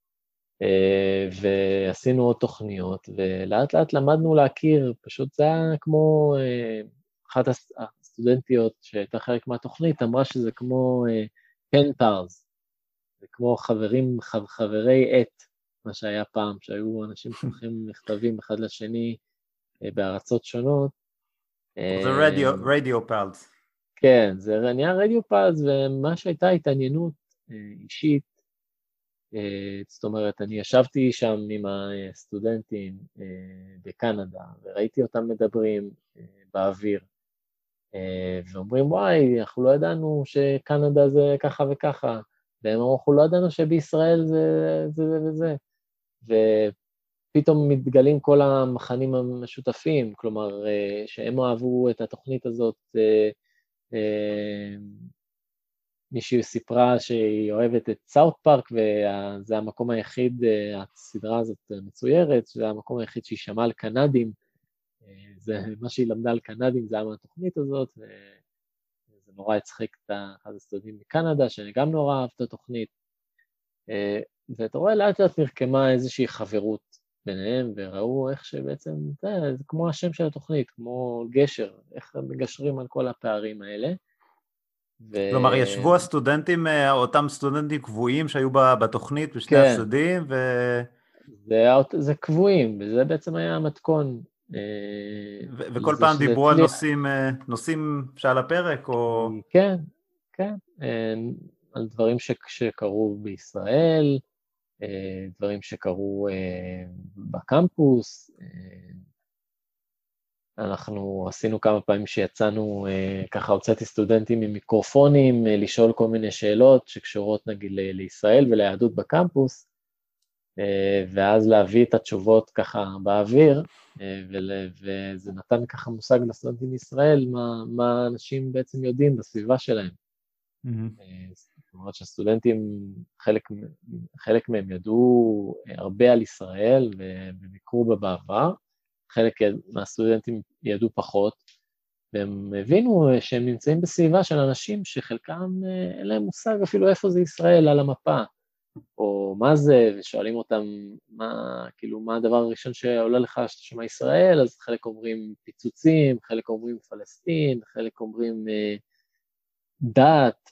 ועשינו עוד תוכניות, ולאט לאט למדנו להכיר, פשוט זה היה כמו, אחת הסטודנטיות שהייתה חלק מהתוכנית, אמרה שזה כמו פנטרס, זה כמו חברים, חברי עת, מה שהיה פעם, שהיו אנשים שולחים מכתבים אחד לשני בארצות שונות. זה רדיו, רדיו פלס. כן, זה נהיה רדיו פלס, ומה שהייתה התעניינות אישית, זאת אומרת, אני ישבתי שם עם הסטודנטים בקנדה, וראיתי אותם מדברים באוויר, ואומרים, וואי, אנחנו לא ידענו שקנדה זה ככה וככה, והם אמרו, אנחנו לא ידענו שבישראל זה זה וזה, ופתאום מתגלים כל המחנים המשותפים, כלומר, שהם אהבו את התוכנית הזאת, מישהי סיפרה שהיא אוהבת את סאות' פארק, וזה המקום היחיד, הסדרה הזאת מצוירת, זה המקום היחיד שהיא שמעה על קנדים, זה מה שהיא למדה על קנדים, זה היה מהתוכנית הזאת, וזה נורא הצחיק את אחד הסטודנטים מקנדה, שאני גם נורא אהב את התוכנית, ואתה רואה לאט לאט נרקמה איזושהי חברות ביניהם, וראו איך שבעצם, זה, זה כמו השם של התוכנית, כמו גשר, איך מגשרים על כל הפערים האלה. ו... כלומר, ישבו הסטודנטים, אותם סטודנטים קבועים שהיו בתוכנית בשני כן. הצדדים, ו... זה, זה קבועים, וזה בעצם היה המתכון. ו- וכל פעם דיברו על נושאים, נושאים שעל הפרק, או... כן, כן. על דברים שקרו בישראל, דברים שקרו בקמפוס, אנחנו עשינו כמה פעמים שיצאנו, ככה הוצאתי סטודנטים עם מיקרופונים, לשאול כל מיני שאלות שקשורות נגיד לישראל וליהדות בקמפוס, ואז להביא את התשובות ככה באוויר, וזה נתן ככה מושג לסטודנטים בישראל, מה, מה אנשים בעצם יודעים בסביבה שלהם. זאת אומרת שהסטודנטים, חלק, חלק מהם ידעו הרבה על ישראל, וביקרו בה בעבר, חלק מהסטודנטים ידעו פחות, והם הבינו שהם נמצאים בסביבה של אנשים שחלקם אין להם מושג אפילו איפה זה ישראל על המפה, או מה זה, ושואלים אותם מה, כאילו, מה הדבר הראשון שעולה לך שאתה שומע ישראל, אז חלק אומרים פיצוצים, חלק אומרים פלסטין, חלק אומרים אה, דת,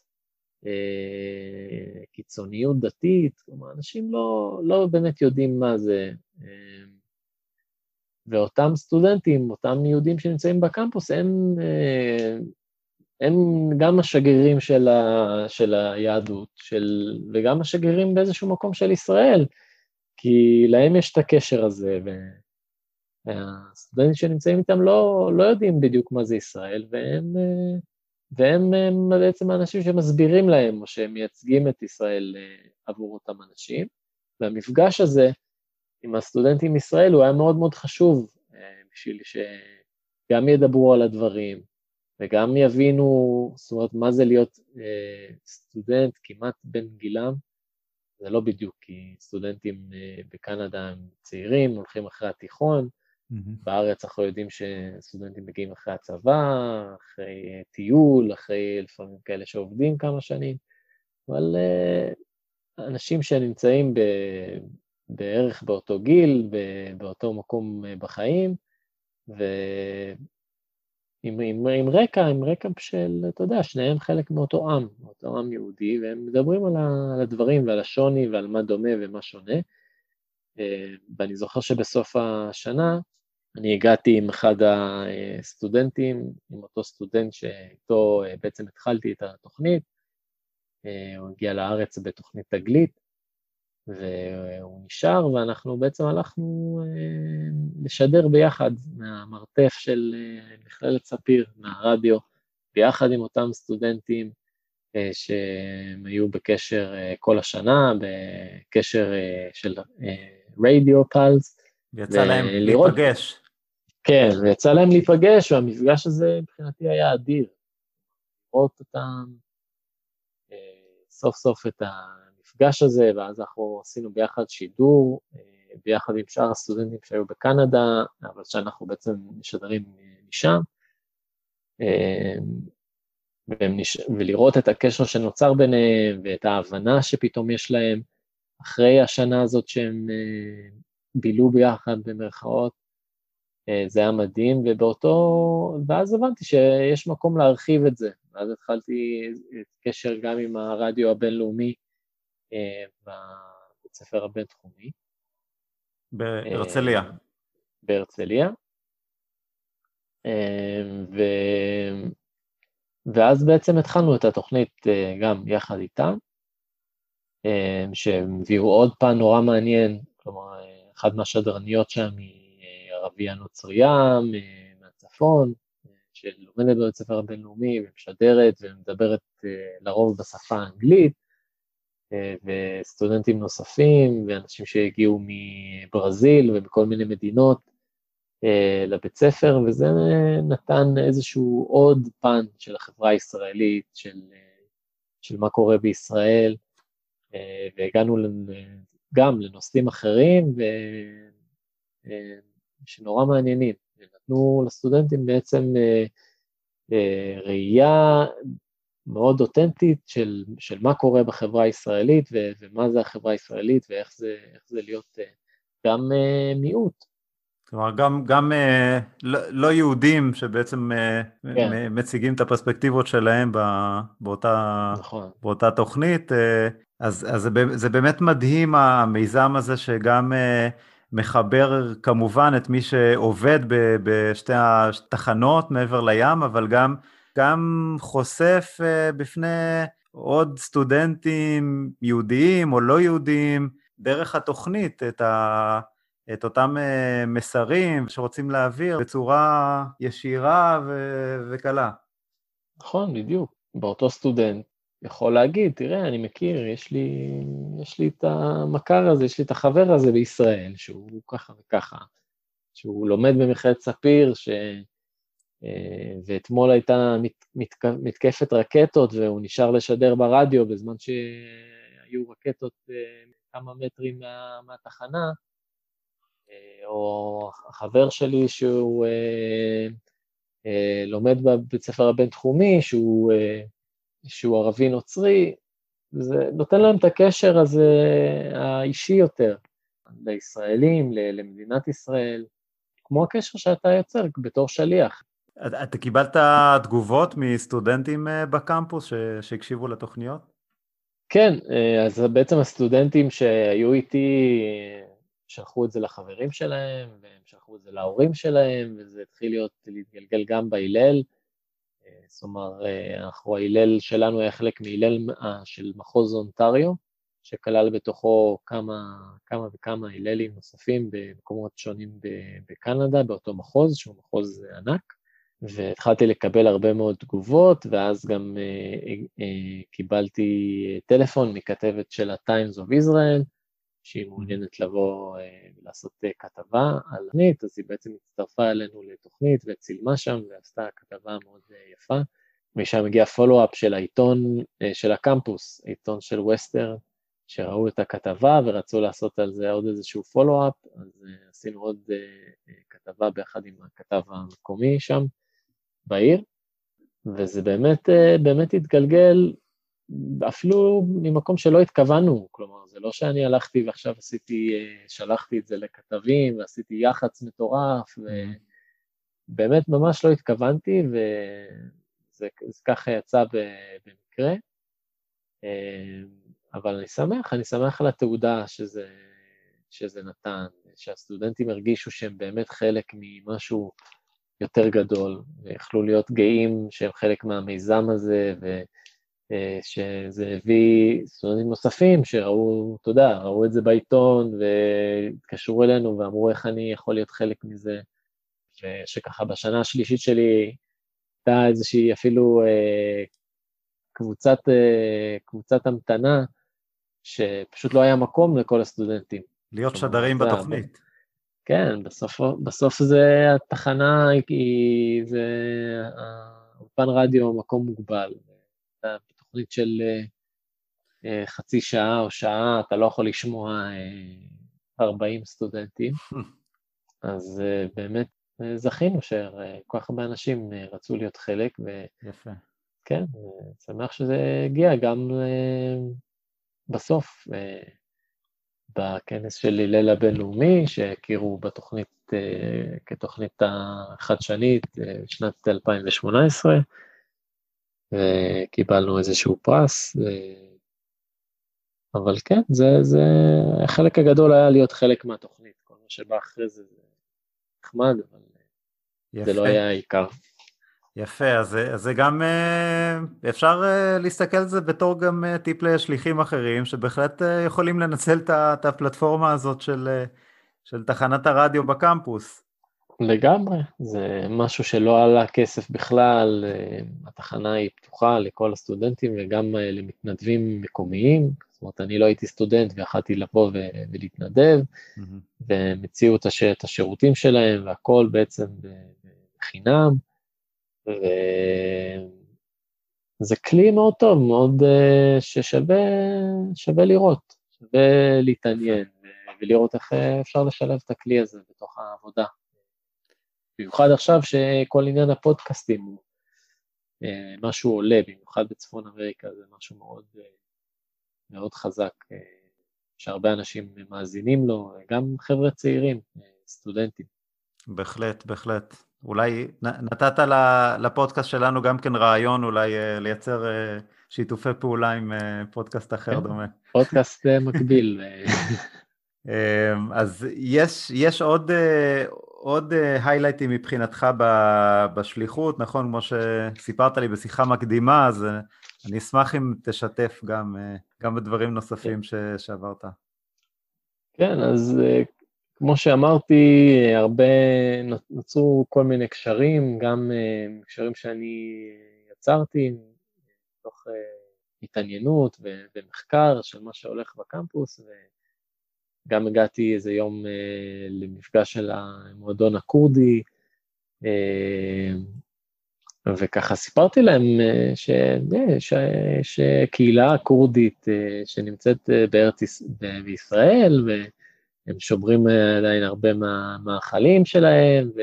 אה, קיצוניות דתית, כלומר, אנשים לא, לא באמת יודעים מה זה, אה, ואותם סטודנטים, אותם יהודים שנמצאים בקמפוס, הם, אה, הם גם השגרירים של, ה, של היהדות, של, וגם השגרירים באיזשהו מקום של ישראל, כי להם יש את הקשר הזה, והסטודנטים שנמצאים איתם לא, לא יודעים בדיוק מה זה ישראל, והם, והם הם בעצם האנשים שמסבירים להם, או שהם מייצגים את ישראל עבור אותם אנשים, והמפגש הזה עם הסטודנטים מישראל הוא היה מאוד מאוד חשוב, בשביל שגם ידברו על הדברים, וגם יבינו, זאת אומרת, מה זה להיות אה, סטודנט כמעט בין גילם, זה לא בדיוק, כי סטודנטים אה, בקנדה הם צעירים, הולכים אחרי התיכון, mm-hmm. בארץ אנחנו יודעים שסטודנטים מגיעים אחרי הצבא, אחרי אה, טיול, אחרי לפעמים כאלה שעובדים כמה שנים, אבל אה, אנשים שנמצאים ב, בערך באותו גיל, ב, באותו מקום אה, בחיים, ו... עם, עם, עם רקע, עם רקע של, אתה יודע, שניהם חלק מאותו עם, מאותו עם יהודי, והם מדברים על, ה, על הדברים ועל השוני ועל מה דומה ומה שונה, ואני זוכר שבסוף השנה, אני הגעתי עם אחד הסטודנטים, עם אותו סטודנט שאיתו בעצם התחלתי את התוכנית, הוא הגיע לארץ בתוכנית תגלית, והוא נשאר, ואנחנו בעצם הלכנו לשדר ביחד מהמרתף של מכללת ספיר, מהרדיו, ביחד עם אותם סטודנטים שהם היו בקשר כל השנה, בקשר של רדיו פלס. ויצא להם להיפגש. כן, ויצא להם להיפגש, והמפגש הזה מבחינתי היה אדיר. לראות אותם סוף סוף את ה... המפגש הזה, ואז אנחנו עשינו ביחד שידור, ביחד עם שאר הסטודנטים שהיו בקנדה, אבל שאנחנו בעצם משדרים משם, ולראות את הקשר שנוצר ביניהם, ואת ההבנה שפתאום יש להם, אחרי השנה הזאת שהם בילו ביחד במרכאות, זה היה מדהים, ובאותו, ואז הבנתי שיש מקום להרחיב את זה, ואז התחלתי קשר גם עם הרדיו הבינלאומי, בבית ספר הבינתחומי. בהרצליה. בהרצליה. ו... ואז בעצם התחלנו את התוכנית גם יחד איתם, שהם הביאו עוד פן נורא מעניין, כלומר, אחת מהשדרניות שם היא ערבייה נוצריה מהצפון, שלומדת בבית ספר הבינלאומי ומשדרת ומדברת לרוב בשפה האנגלית, וסטודנטים נוספים, ואנשים שהגיעו מברזיל ומכל מיני מדינות לבית ספר, וזה נתן איזשהו עוד פן של החברה הישראלית, של, של מה קורה בישראל, והגענו גם לנושאים אחרים, שנורא מעניינים, ונתנו לסטודנטים בעצם ראייה מאוד אותנטית של, של מה קורה בחברה הישראלית, ו, ומה זה החברה הישראלית, ואיך זה, איך זה להיות גם uh, מיעוט. כלומר, גם, גם uh, לא, לא יהודים שבעצם uh, כן. מציגים את הפרספקטיבות שלהם באותה, נכון. באותה תוכנית, uh, אז, אז זה, זה באמת מדהים המיזם הזה שגם uh, מחבר כמובן את מי שעובד ב, בשתי התחנות מעבר לים, אבל גם גם חושף uh, בפני עוד סטודנטים יהודיים או לא יהודיים, דרך התוכנית את, ה, את אותם uh, מסרים שרוצים להעביר בצורה ישירה ו, וקלה. נכון, בדיוק. באותו סטודנט יכול להגיד, תראה, אני מכיר, יש לי, יש לי את המכר הזה, יש לי את החבר הזה בישראל, שהוא ככה וככה, שהוא לומד במכללת ספיר, ש... ואתמול הייתה מת, מת, מתקפת רקטות, והוא נשאר לשדר ברדיו, בזמן שהיו רקטות כמה מטרים מה, מהתחנה, או החבר שלי שהוא אה, אה, לומד בבית ספר הבינתחומי, שהוא, אה, שהוא ערבי נוצרי, זה נותן להם את הקשר הזה האישי יותר, לישראלים, למדינת ישראל, כמו הקשר שאתה יוצר בתור שליח. אתה קיבלת תגובות מסטודנטים בקמפוס שהקשיבו לתוכניות? כן, אז בעצם הסטודנטים שהיו איתי שלחו את זה לחברים שלהם, והם שלחו את זה להורים שלהם, וזה התחיל להיות, להתגלגל גם בהילל. זאת אומרת, אנחנו, ההילל שלנו היה חלק מהילל של מחוז אונטריו, שכלל בתוכו כמה, כמה וכמה היללים נוספים במקומות שונים בקנדה, באותו מחוז, שהוא מחוז ענק, והתחלתי לקבל הרבה מאוד תגובות, ואז גם אה, אה, קיבלתי טלפון מכתבת של ה-Times of Israel, שהיא מעוניינת לבוא אה, ולעשות אה, כתבה על תוכנית, אז היא בעצם הצטרפה אלינו לתוכנית, וצילמה שם, ועשתה כתבה מאוד אה, יפה, משם הגיע פולו-אפ של העיתון אה, של הקמפוס, עיתון של ווסטר, שראו את הכתבה ורצו לעשות על זה עוד איזשהו פולו-אפ, אז uh, עשינו עוד uh, uh, כתבה ביחד עם הכתב המקומי שם בעיר, וזה באמת, uh, באמת התגלגל אפילו ממקום שלא התכוונו, כלומר זה לא שאני הלכתי ועכשיו עשיתי, uh, שלחתי את זה לכתבים ועשיתי יחץ מטורף, ובאמת ממש לא התכוונתי, וזה ככה יצא במקרה, uh, אבל אני שמח, אני שמח על התעודה שזה, שזה נתן, שהסטודנטים הרגישו שהם באמת חלק ממשהו יותר גדול, ויכלו להיות גאים שהם חלק מהמיזם הזה, ושזה הביא סטודנטים נוספים שראו, תודה, ראו את זה בעיתון, והתקשרו אלינו ואמרו איך אני יכול להיות חלק מזה, ושככה בשנה השלישית שלי הייתה איזושהי אפילו אה, קבוצת, אה, קבוצת המתנה, שפשוט לא היה מקום לכל הסטודנטים. להיות שדרים בתוכנית. כן, בסוף, בסוף זה התחנה, היא, זה האולפן רדיו מקום מוגבל. בתוכנית של חצי שעה או שעה, אתה לא יכול לשמוע ארבעים סטודנטים. אז באמת זכינו שכל כך הרבה אנשים רצו להיות חלק. ו... יפה. כן, שמח שזה הגיע גם... בסוף, בכנס של הלל הבינלאומי, שהכירו בתוכנית כתוכנית החדשנית שנת אלפיים שמונה עשרה, וקיבלנו איזשהו פרס, אבל כן, זה, זה, החלק הגדול היה להיות חלק מהתוכנית, כל מה שבא אחרי זה, זה נחמד, אבל יפה. זה לא היה העיקר. יפה, אז, אז זה גם, אפשר להסתכל על זה בתור גם טיפ לשליחים אחרים, שבהחלט יכולים לנצל את הפלטפורמה הזאת של, של תחנת הרדיו בקמפוס. לגמרי, זה משהו שלא עלה כסף בכלל, התחנה היא פתוחה לכל הסטודנטים וגם למתנדבים מקומיים, זאת אומרת, אני לא הייתי סטודנט ויכלתי לבוא ולהתנדב, mm-hmm. והם הציעו את השירותים שלהם והכל בעצם בחינם, וזה כלי מאוד טוב, מאוד ששווה שווה לראות, שווה להתעניין, ולראות איך אפשר לשלב את הכלי הזה בתוך העבודה. במיוחד עכשיו שכל עניין הפודקאסטים, משהו עולה, במיוחד בצפון אמריקה, זה משהו מאוד, מאוד חזק, שהרבה אנשים מאזינים לו, גם חבר'ה צעירים, סטודנטים. בהחלט, בהחלט. אולי נתת לפודקאסט שלנו גם כן רעיון, אולי לייצר שיתופי פעולה עם פודקאסט אחר דומה. פודקאסט מקביל. אז יש, יש עוד, עוד היילייטים מבחינתך בשליחות, נכון? כמו שסיפרת לי בשיחה מקדימה, אז אני אשמח אם תשתף גם, גם בדברים נוספים ש, שעברת. כן, אז כמו שאמרתי, הרבה נוצרו כל מיני קשרים, גם קשרים שאני יצרתי, מתוך התעניינות ומחקר של מה שהולך בקמפוס, וגם הגעתי איזה יום למפגש של המועדון הקורדי, וככה סיפרתי להם ש... ש... שקהילה קורדית שנמצאת בארץ בישראל, והם שומרים עדיין הרבה מהמאכלים שלהם,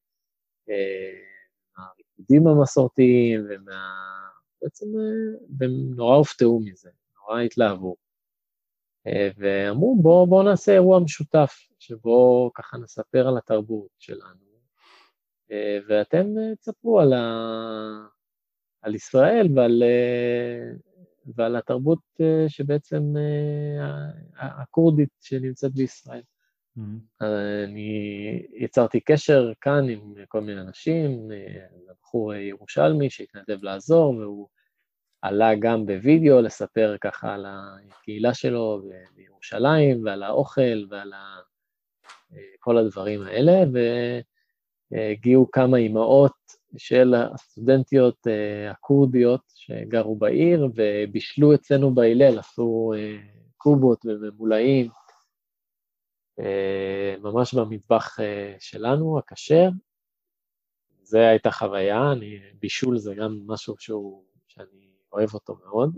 והריקודים המסורתיים, ומה... בעצם הם נורא הופתעו מזה, נורא התלהבו. ואמרו, בואו בוא נעשה אירוע משותף, שבו ככה נספר על התרבות שלנו, ואתם תספרו על, ה... על ישראל ועל... ועל התרבות שבעצם הקורדית שנמצאת בישראל. Mm-hmm. אני יצרתי קשר כאן עם כל מיני אנשים, הבחור ירושלמי שהתנדב לעזור, והוא עלה גם בווידאו לספר ככה על הקהילה שלו בירושלים, ועל האוכל ועל ה... כל הדברים האלה, ו... הגיעו כמה אימהות של הסטודנטיות הקורדיות שגרו בעיר, ובישלו אצלנו בהילל, עשו קובות וממולאים, ממש במטבח שלנו, הכשר. זה הייתה חוויה, אני, בישול זה גם משהו שהוא, שאני אוהב אותו מאוד,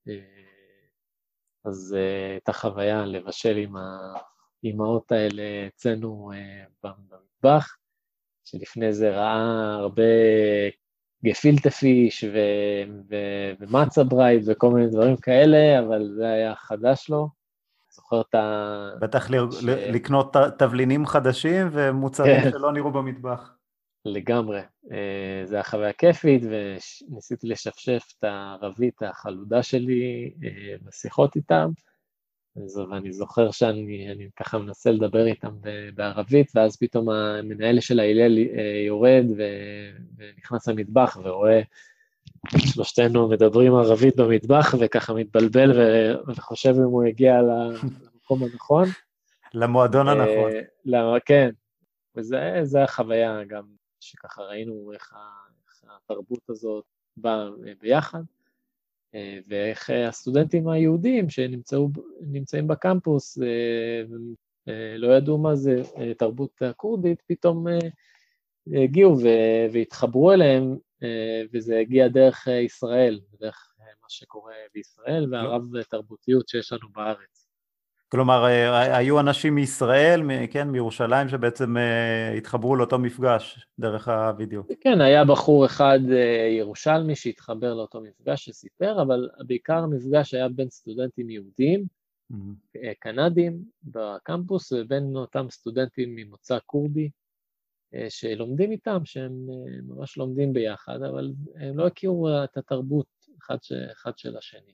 אז הייתה חוויה לבשל עם האימהות האלה אצלנו במטבח, שלפני זה ראה הרבה גפילטה פיש ומצה ברייד וכל מיני דברים כאלה, אבל זה היה חדש לו. זוכר את ה... בטח לקנות תבלינים חדשים ומוצרים שלא נראו במטבח. לגמרי. זה היה חוויה כיפית, וניסיתי לשפשף את הערבית החלודה שלי בשיחות איתם, ואני זוכר שאני אני ככה מנסה לדבר איתם בערבית, ואז פתאום המנהל של ההילל יורד ונכנס למטבח ורואה שלושתנו מדברים ערבית במטבח, וככה מתבלבל וחושב אם הוא הגיע למקום הנכון. למועדון הנכון. כן, וזה החוויה גם שככה ראינו איך התרבות הזאת באה ביחד, ואיך הסטודנטים היהודים שנמצאים בקמפוס, לא ידעו מה זה תרבות הקורדית, פתאום הגיעו והתחברו אליהם, וזה הגיע דרך ישראל, דרך מה שקורה בישראל, והרב תרבותיות שיש לנו בארץ. כלומר, היו אנשים מישראל, כן, מירושלים, שבעצם התחברו לאותו מפגש דרך הוידאו. כן, היה בחור אחד ירושלמי שהתחבר לאותו מפגש שסיפר, אבל בעיקר המפגש היה בין סטודנטים יהודים, mm-hmm. קנדים בקמפוס, ובין אותם סטודנטים ממוצא קורדי, שלומדים איתם, שהם ממש לומדים ביחד, אבל הם לא הכירו את התרבות אחד, ש... אחד של השני.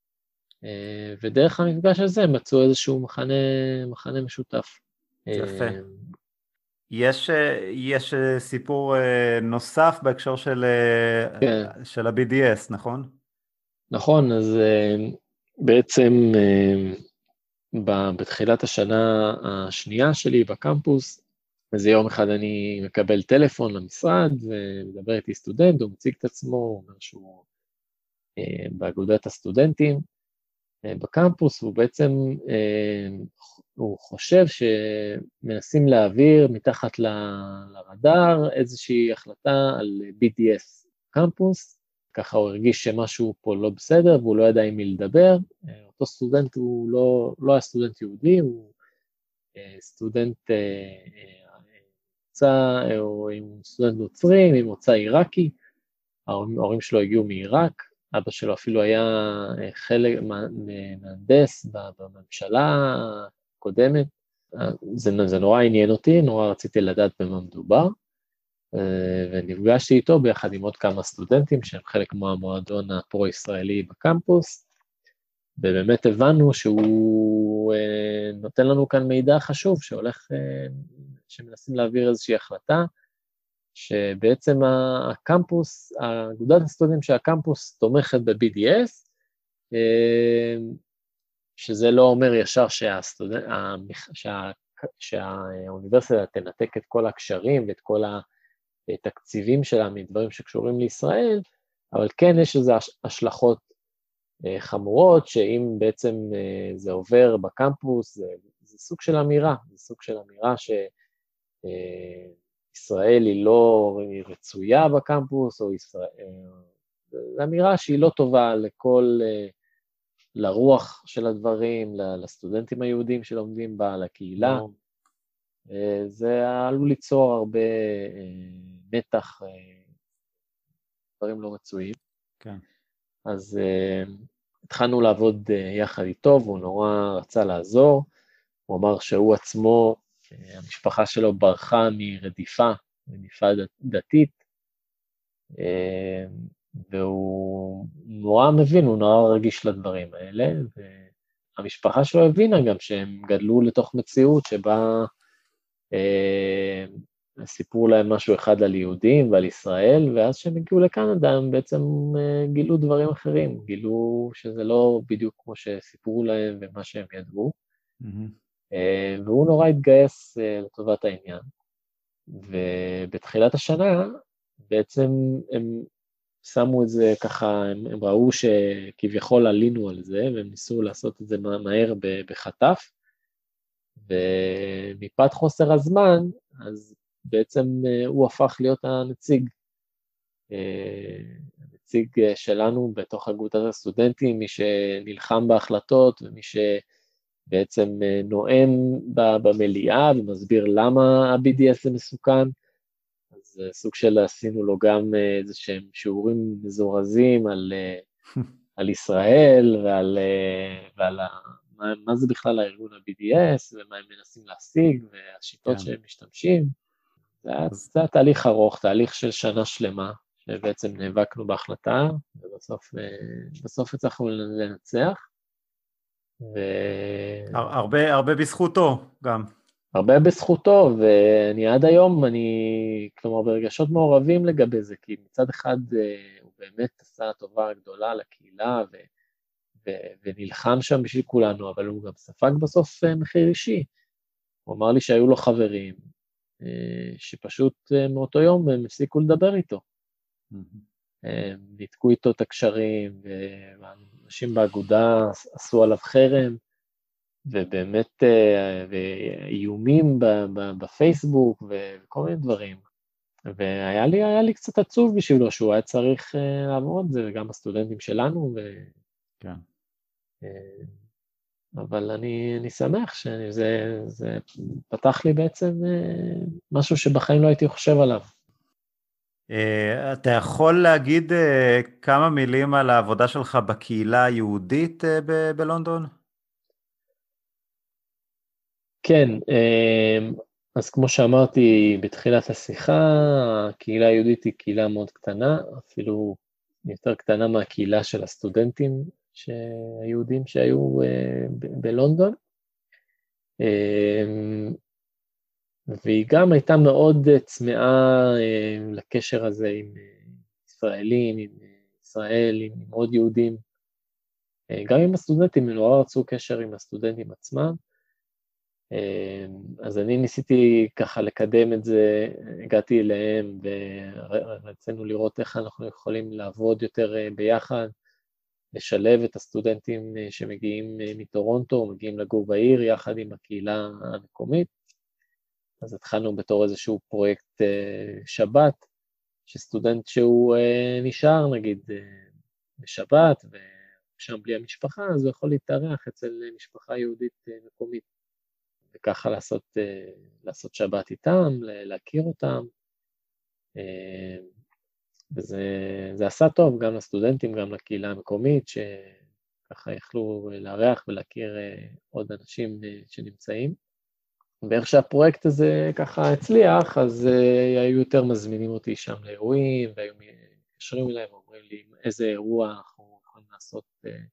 ודרך המפגש הזה מצאו איזשהו מחנה, מחנה משותף. יפה. יש, יש סיפור נוסף בהקשר של, כן. של ה-בי די אס, נכון? נכון, אז בעצם בתחילת השנה השנייה שלי בקמפוס, אז יום אחד אני מקבל טלפון למשרד, ומדבר איתי סטודנט, הוא מציג את עצמו, הוא אומר שהוא באגודת הסטודנטים, בקמפוס, והוא בעצם, הוא חושב שמנסים להעביר מתחת לרדאר איזושהי החלטה על בי די אס קמפוס, ככה הוא הרגיש שמשהו פה לא בסדר, והוא לא ידע עם מי לדבר. אותו סטודנט הוא לא, לא היה סטודנט יהודי, הוא סטודנט מוצא, או עם סטודנט נוצרי, עם מוצא עיראקי, ההורים שלו הגיעו מעיראק, אבא שלו אפילו היה חלק מהנדס בממשלה הקודמת, זה, זה נורא עניין אותי, נורא רציתי לדעת במה מדובר, ונפגשתי איתו ביחד עם עוד כמה סטודנטים שהם חלק מהמועדון הפרו-ישראלי בקמפוס, ובאמת הבנו שהוא נותן לנו כאן מידע חשוב, שהולך, שמנסים להעביר איזושהי החלטה, שבעצם הקמפוס, אגודת הסטודנטים שהקמפוס תומכת ב-בי די אס, שזה לא אומר ישר שהסטודנט, שה, שהאוניברסיטה תנתק את כל הקשרים ואת כל התקציבים שלה מדברים שקשורים לישראל, אבל כן יש איזה השלכות חמורות, שאם בעצם זה עובר בקמפוס, זה, זה סוג של אמירה, זה סוג של אמירה שישראל היא לא רצויה בקמפוס, או ישראל, זו אמירה שהיא לא טובה לכל, לרוח של הדברים, לסטודנטים היהודים שלומדים בה, לקהילה. לא. זה עלול ליצור הרבה מתח, דברים לא רצויים. כן. אז uh, התחלנו לעבוד uh, יחד איתו, והוא נורא רצה לעזור. הוא אמר שהוא עצמו, uh, המשפחה שלו ברחה מרדיפה, רדיפה דת, דתית, uh, והוא נורא מבין, הוא נורא רגיש לדברים האלה, והמשפחה שלו הבינה גם שהם גדלו לתוך מציאות שבה uh, סיפרו להם משהו אחד על יהודים ועל ישראל, ואז שהם הגיעו לקנדה, הם בעצם גילו דברים אחרים, גילו שזה לא בדיוק כמו שסיפרו להם ומה שהם ידעו, mm-hmm. והוא נורא התגייס לטובת העניין, ובתחילת השנה בעצם הם שמו את זה ככה, הם, הם ראו שכביכול עלינו על זה, והם ניסו לעשות את זה מהר בחטף, ומפאת חוסר הזמן, אז בעצם הוא הפך להיות הנציג, הנציג שלנו בתוך אגודת הסטודנטים, מי שנלחם בהחלטות, ומי שבעצם נואם במליאה, ומסביר למה ה-בי די אס זה מסוכן, אז סוג של עשינו לו גם איזה שהם שיעורים מזורזים על, על ישראל, ועל, ועל מה, מה זה בכלל הארגון ה-בי די אס, ומה הם מנסים להשיג, והשיטות yeah. שהם משתמשים, זה, זה התהליך ארוך, תהליך של שנה שלמה, שבעצם נאבקנו בהחלטה, ובסוף בסוף הצלחנו לנצח. ו... הרבה, הרבה בזכותו גם. הרבה בזכותו, ואני עד היום, אני, כלומר, ברגשות מעורבים לגבי זה, כי מצד אחד הוא באמת עשה טובה גדולה לקהילה, ו... ו... ונלחם שם בשביל כולנו, אבל הוא גם ספג בסוף מחיר אישי. הוא אמר לי שהיו לו חברים, שפשוט מאותו יום הם הפסיקו לדבר איתו. הם ניתקו איתו את הקשרים, ואנשים באגודה עשו עליו חרם, ובאמת איומים בפייסבוק, וכל מיני דברים. והיה לי, היה לי קצת עצוב בשבילו, שהוא היה צריך לעבור את זה, וגם הסטודנטים שלנו, ו... כן. אבל אני, אני שמח שזה זה פתח לי בעצם משהו שבחיים לא הייתי חושב עליו. אתה יכול להגיד כמה מילים על העבודה שלך בקהילה היהודית ב- בלונדון? כן, אז כמו שאמרתי בתחילת השיחה, הקהילה היהודית היא קהילה מאוד קטנה, אפילו יותר קטנה מהקהילה של הסטודנטים, היהודים שהיו ב- בלונדון, והיא גם הייתה מאוד צמאה לקשר הזה עם ישראלים, עם ישראל, עם עוד יהודים, גם עם הסטודנטים, הם נורא רצו קשר עם הסטודנטים עצמם, אז אני ניסיתי ככה לקדם את זה, הגעתי אליהם ורצינו לראות איך אנחנו יכולים לעבוד יותר ביחד, לשלב את הסטודנטים שמגיעים מטורונטו, מגיעים לגור בעיר יחד עם הקהילה המקומית. אז התחלנו בתור איזשהו פרויקט שבת, שסטודנט שהוא נשאר נגיד בשבת, ושם בלי המשפחה, אז הוא יכול להתארח אצל משפחה יהודית מקומית, וככה לעשות, לעשות שבת איתם, להכיר אותם, וזה זה עשה טוב גם לסטודנטים, גם לקהילה המקומית, שככה יכלו לארח ולהכיר עוד אנשים שנמצאים. ואיך שהפרויקט הזה ככה הצליח, אז היו יותר מזמינים אותי שם לאירועים, והיו מתקשרים אליהם, אומרים לי איזה אירוע אנחנו יכולים לעשות,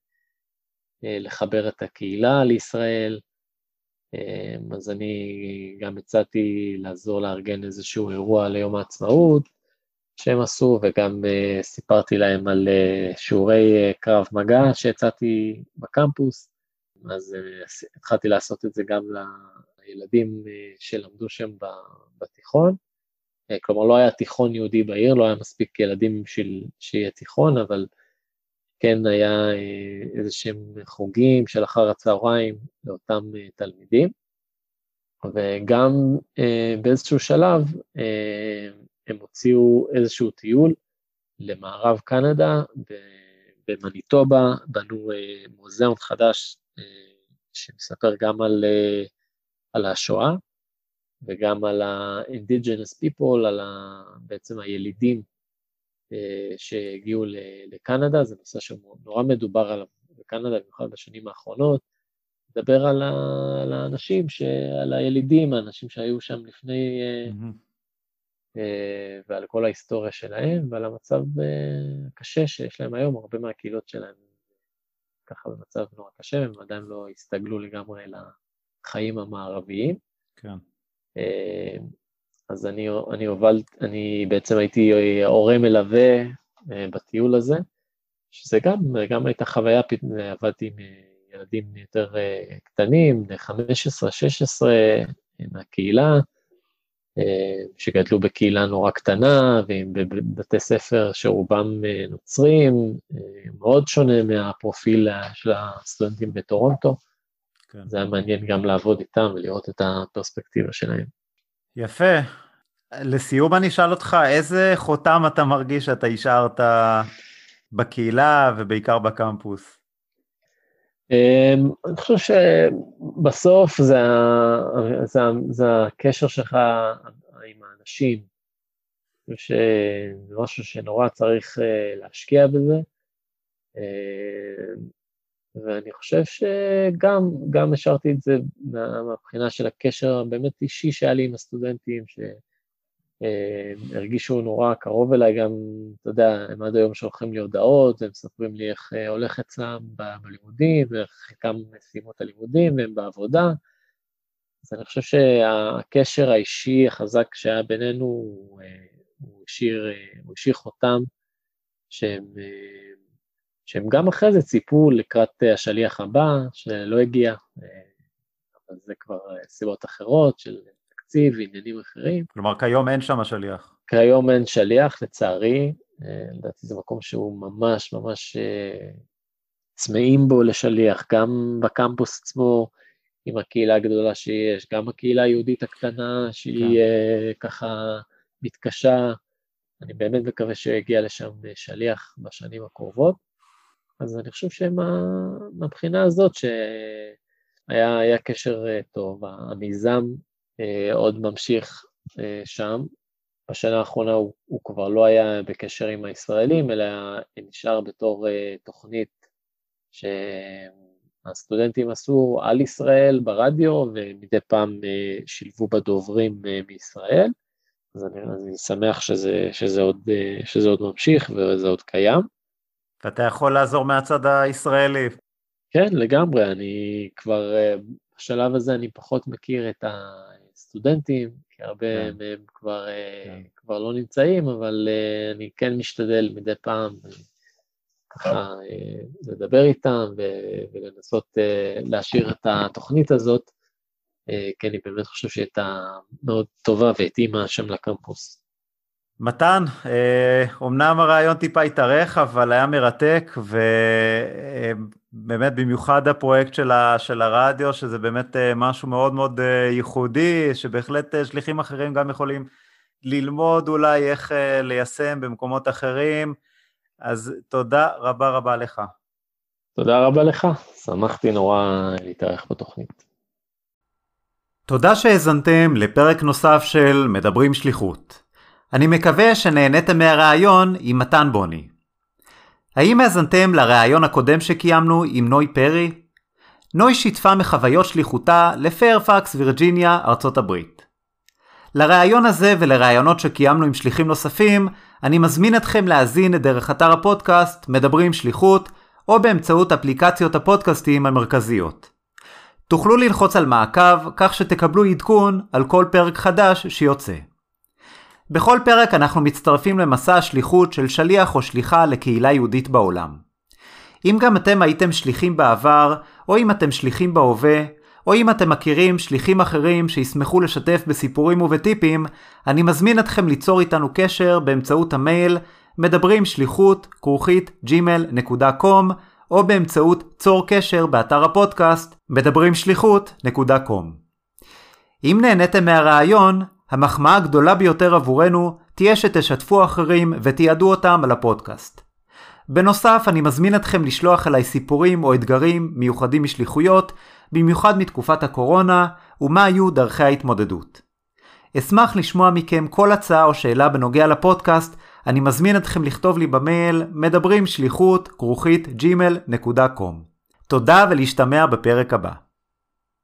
לחבר את הקהילה לישראל. אז אני גם הצעתי לעזור לארגן איזשהו אירוע ליום העצמאות, שהם עשו, וגם uh, סיפרתי להם על uh, שיעורי uh, קרב מגע שהצעתי בקמפוס, אז uh, התחלתי לעשות את זה גם לילדים uh, שלמדו שם בתיכון, uh, כלומר לא היה תיכון יהודי בעיר, לא היה מספיק ילדים בשביל שיהיה תיכון, אבל כן היה איזה שהם חוגים של אחר הצהריים לאותם תלמידים, וגם באיזשהו שלב הם הוציאו איזשהו טיול למערב קנדה, במניטובה, בנו מוזיאון חדש שמספר גם על, על השואה, וגם על ה-indigenous people, על ה, בעצם הילידים שהגיעו לקנדה. זה נושא שנורא מדובר עליו בקנדה, במיוחד בשנים האחרונות, מדבר על, ה, על האנשים, על הילידים, האנשים שהיו שם לפני, mm-hmm. ועל כל ההיסטוריה שלהם, ועל המצב קשה שיש להם היום. הרבה מהקהילות שלהם ככה במצב נורא קשה, הם עדיין לא הסתגלו לגמרי לחיים המערביים. כן. אז אני, אני הובלת, אני בעצם הייתי הורה מלווה בטיול הזה, שזה גם, גם הייתה חוויה, עבדתי עם ילדים יותר קטנים, חמש עשרה שש עשרה מהקהילה, שגדלו בקהילה נורא קטנה, ובבתי ספר שרובם נוצרים, מאוד שונה מהפרופיל של הסטודנטים בטורונטו. כן. זה היה מעניין גם לעבוד איתם ולראות את הפרספקטיבה שלהם. יפה. לסיום אני אשאל אותך, איזה חותם אתה מרגיש שאתה השארת בקהילה ובעיקר בקמפוס? אני חושב שבסוף זה, זה, זה הקשר שלך עם האנשים. אני חושב שזה משהו שנורא צריך להשקיע בזה. ואני חושב שגם גם השארתי את זה מהבחינה של הקשר באמת אישי שהיה לי עם הסטודנטים, שהרגישו נורא קרוב אליי. גם, אתה יודע, הם עד היום שולחים לי הודעות, והם מספרים לי איך הולך אצלם בלימודים, ואיך חלקם סיימו את הלימודים, והם בעבודה. אז אני חושב שהקשר האישי החזק שהיה בינינו, הוא השאיר, הוא השאיר חותם, שהם... שהם גם אחרי זה ציפו לקראת השליח הבא, שלא הגיע, אבל זה כבר סיבות אחרות של תקציב ועניינים אחרים. כלומר, כיום אין שם שליח. כיום אין שליח, לצערי, לדעתי זה מקום שהוא ממש ממש צמאים בו לשליח, גם בקמפוס עצמו, עם הקהילה הגדולה שיש, גם הקהילה היהודית הקטנה, שהיא כן. ככה מתקשה, אני באמת מקווה שיגיע לשם שליח בשנים הקרובות. אז אני חושב שמהבחינה הזאת שהיה היה קשר טוב, המיזם עוד ממשיך שם. בשנה האחרונה הוא, הוא כבר לא היה בקשר עם הישראלים, אלא נשאר בתור תוכנית שהסטודנטים עשו על ישראל ברדיו, ומדי פעם שילבו בדוברים מישראל. אז אני, אני שמח שזה, שזה, עוד, שזה עוד ממשיך וזה עוד קיים. ואתה יכול לעזור מהצד הישראלי. כן, לגמרי. אני כבר, בשלב הזה אני פחות מכיר את הסטודנטים, כי הרבה כן. מהם כבר, כן. כבר לא נמצאים, אבל אני כן משתדל מדי פעם ככה לדבר איתם ולנסות להשאיר את התוכנית הזאת, כי אני באמת חושב שהיא הייתה מאוד טובה והתאימה שם לקמפוס. מתן, אומנם הרעיון טיפה התארך, אבל היה מרתק, ובאמת במיוחד הפרויקט של, ה, של הרדיו, שזה באמת משהו מאוד מאוד ייחודי, שבהחלט שליחים אחרים גם יכולים ללמוד אולי איך ליישם במקומות אחרים, אז תודה רבה רבה לך. תודה רבה לך, שמחתי נורא להתארח בתוכנית. תודה שהזנתם לפרק נוסף של מדברים שליחות. אני מקווה שנהניתם מהרעיון עם מתן בוני. האם האזנתם לרעיון הקודם שקיימנו עם נוי פרי? נוי שיתפה מחוויות שליחותה לפיירפקס, וירג'יניה, ארצות הברית. לרעיון הזה ולרעיונות שקיימנו עם שליחים נוספים, אני מזמין אתכם להאזין דרך אתר הפודקאסט מדברים שליחות, או באמצעות אפליקציות הפודקאסטים המרכזיות. תוכלו ללחוץ על מעקב, כך שתקבלו עדכון על כל פרק חדש שיוצא. בכל פרק אנחנו מצטרפים למסע השליחות של שליח או שליחה לקהילה יהודית בעולם. אם גם אתם הייתם שליחים בעבר, או אם אתם שליחים בהווה, או אם אתם מכירים שליחים אחרים שישמחו לשתף בסיפורים ובטיפים, אני מזמין אתכם ליצור איתנו קשר באמצעות המייל מדברים שליחות כרוכית ג'ימייל נקודה קום או באמצעות צור קשר באתר הפודקאסט מדברים שליחות נקודה קום. אם נהניתם מהרעיון, המחמאה הגדולה ביותר עבורנו תהיה שתשתפו אחרים ותיעדו אותם על הפודקאסט. בנוסף, אני מזמין אתכם לשלוח אליי סיפורים או אתגרים מיוחדים משליחויות, במיוחד מתקופת הקורונה, ומה היו דרכי ההתמודדות. אשמח לשמוע מכם כל הצעה או שאלה בנוגע לפודקאסט. אני מזמין אתכם לכתוב לי במייל מדברים שליחות כרוכית ג'ימייל נקודה קום. תודה ולהשתמע בפרק הבא.